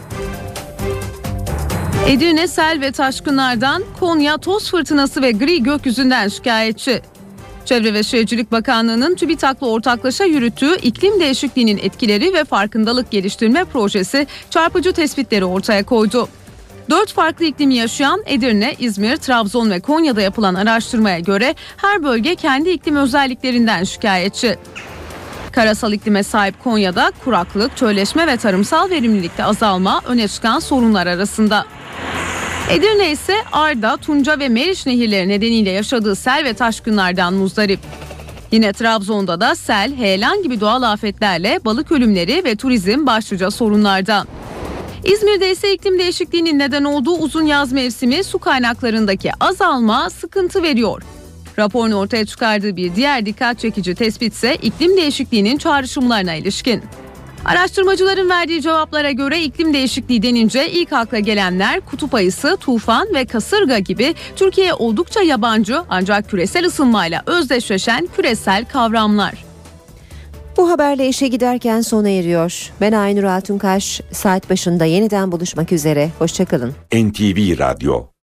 Edirne sel ve taşkınlardan, Konya toz fırtınası ve gri gökyüzünden şikayetçi. Çevre ve Şehircilik Bakanlığı'nın TÜBİTAK'la ortaklaşa yürüttüğü iklim değişikliğinin etkileri ve farkındalık geliştirme projesi çarpıcı tespitleri ortaya koydu. Dört farklı iklimi yaşayan Edirne, İzmir, Trabzon ve Konya'da yapılan araştırmaya göre her bölge kendi iklim özelliklerinden şikayetçi. Karasal iklime sahip Konya'da kuraklık, çölleşme ve tarımsal verimlilikte azalma öne çıkan sorunlar arasında. Edirne ise Arda, Tunca ve Meriç nehirleri nedeniyle yaşadığı sel ve taşkınlardan muzdarip. Yine Trabzon'da da sel, heyelan gibi doğal afetlerle balık ölümleri ve turizm başlıca sorunlardan. İzmir'de ise iklim değişikliğinin neden olduğu uzun yaz mevsimi su kaynaklarındaki azalma sıkıntı veriyor. Raporun ortaya çıkardığı bir diğer dikkat çekici tespit ise iklim değişikliğinin çağrışımlarına ilişkin. Araştırmacıların verdiği cevaplara göre iklim değişikliği denince ilk akla gelenler kutup ayısı, tufan ve kasırga gibi Türkiye'ye oldukça yabancı ancak küresel ısınmayla özdeşleşen küresel kavramlar. Bu haberle işe giderken sona eriyor. Ben Aynur Altunkaş. Saat başında yeniden buluşmak üzere. Hoşçakalın. N T V Radyo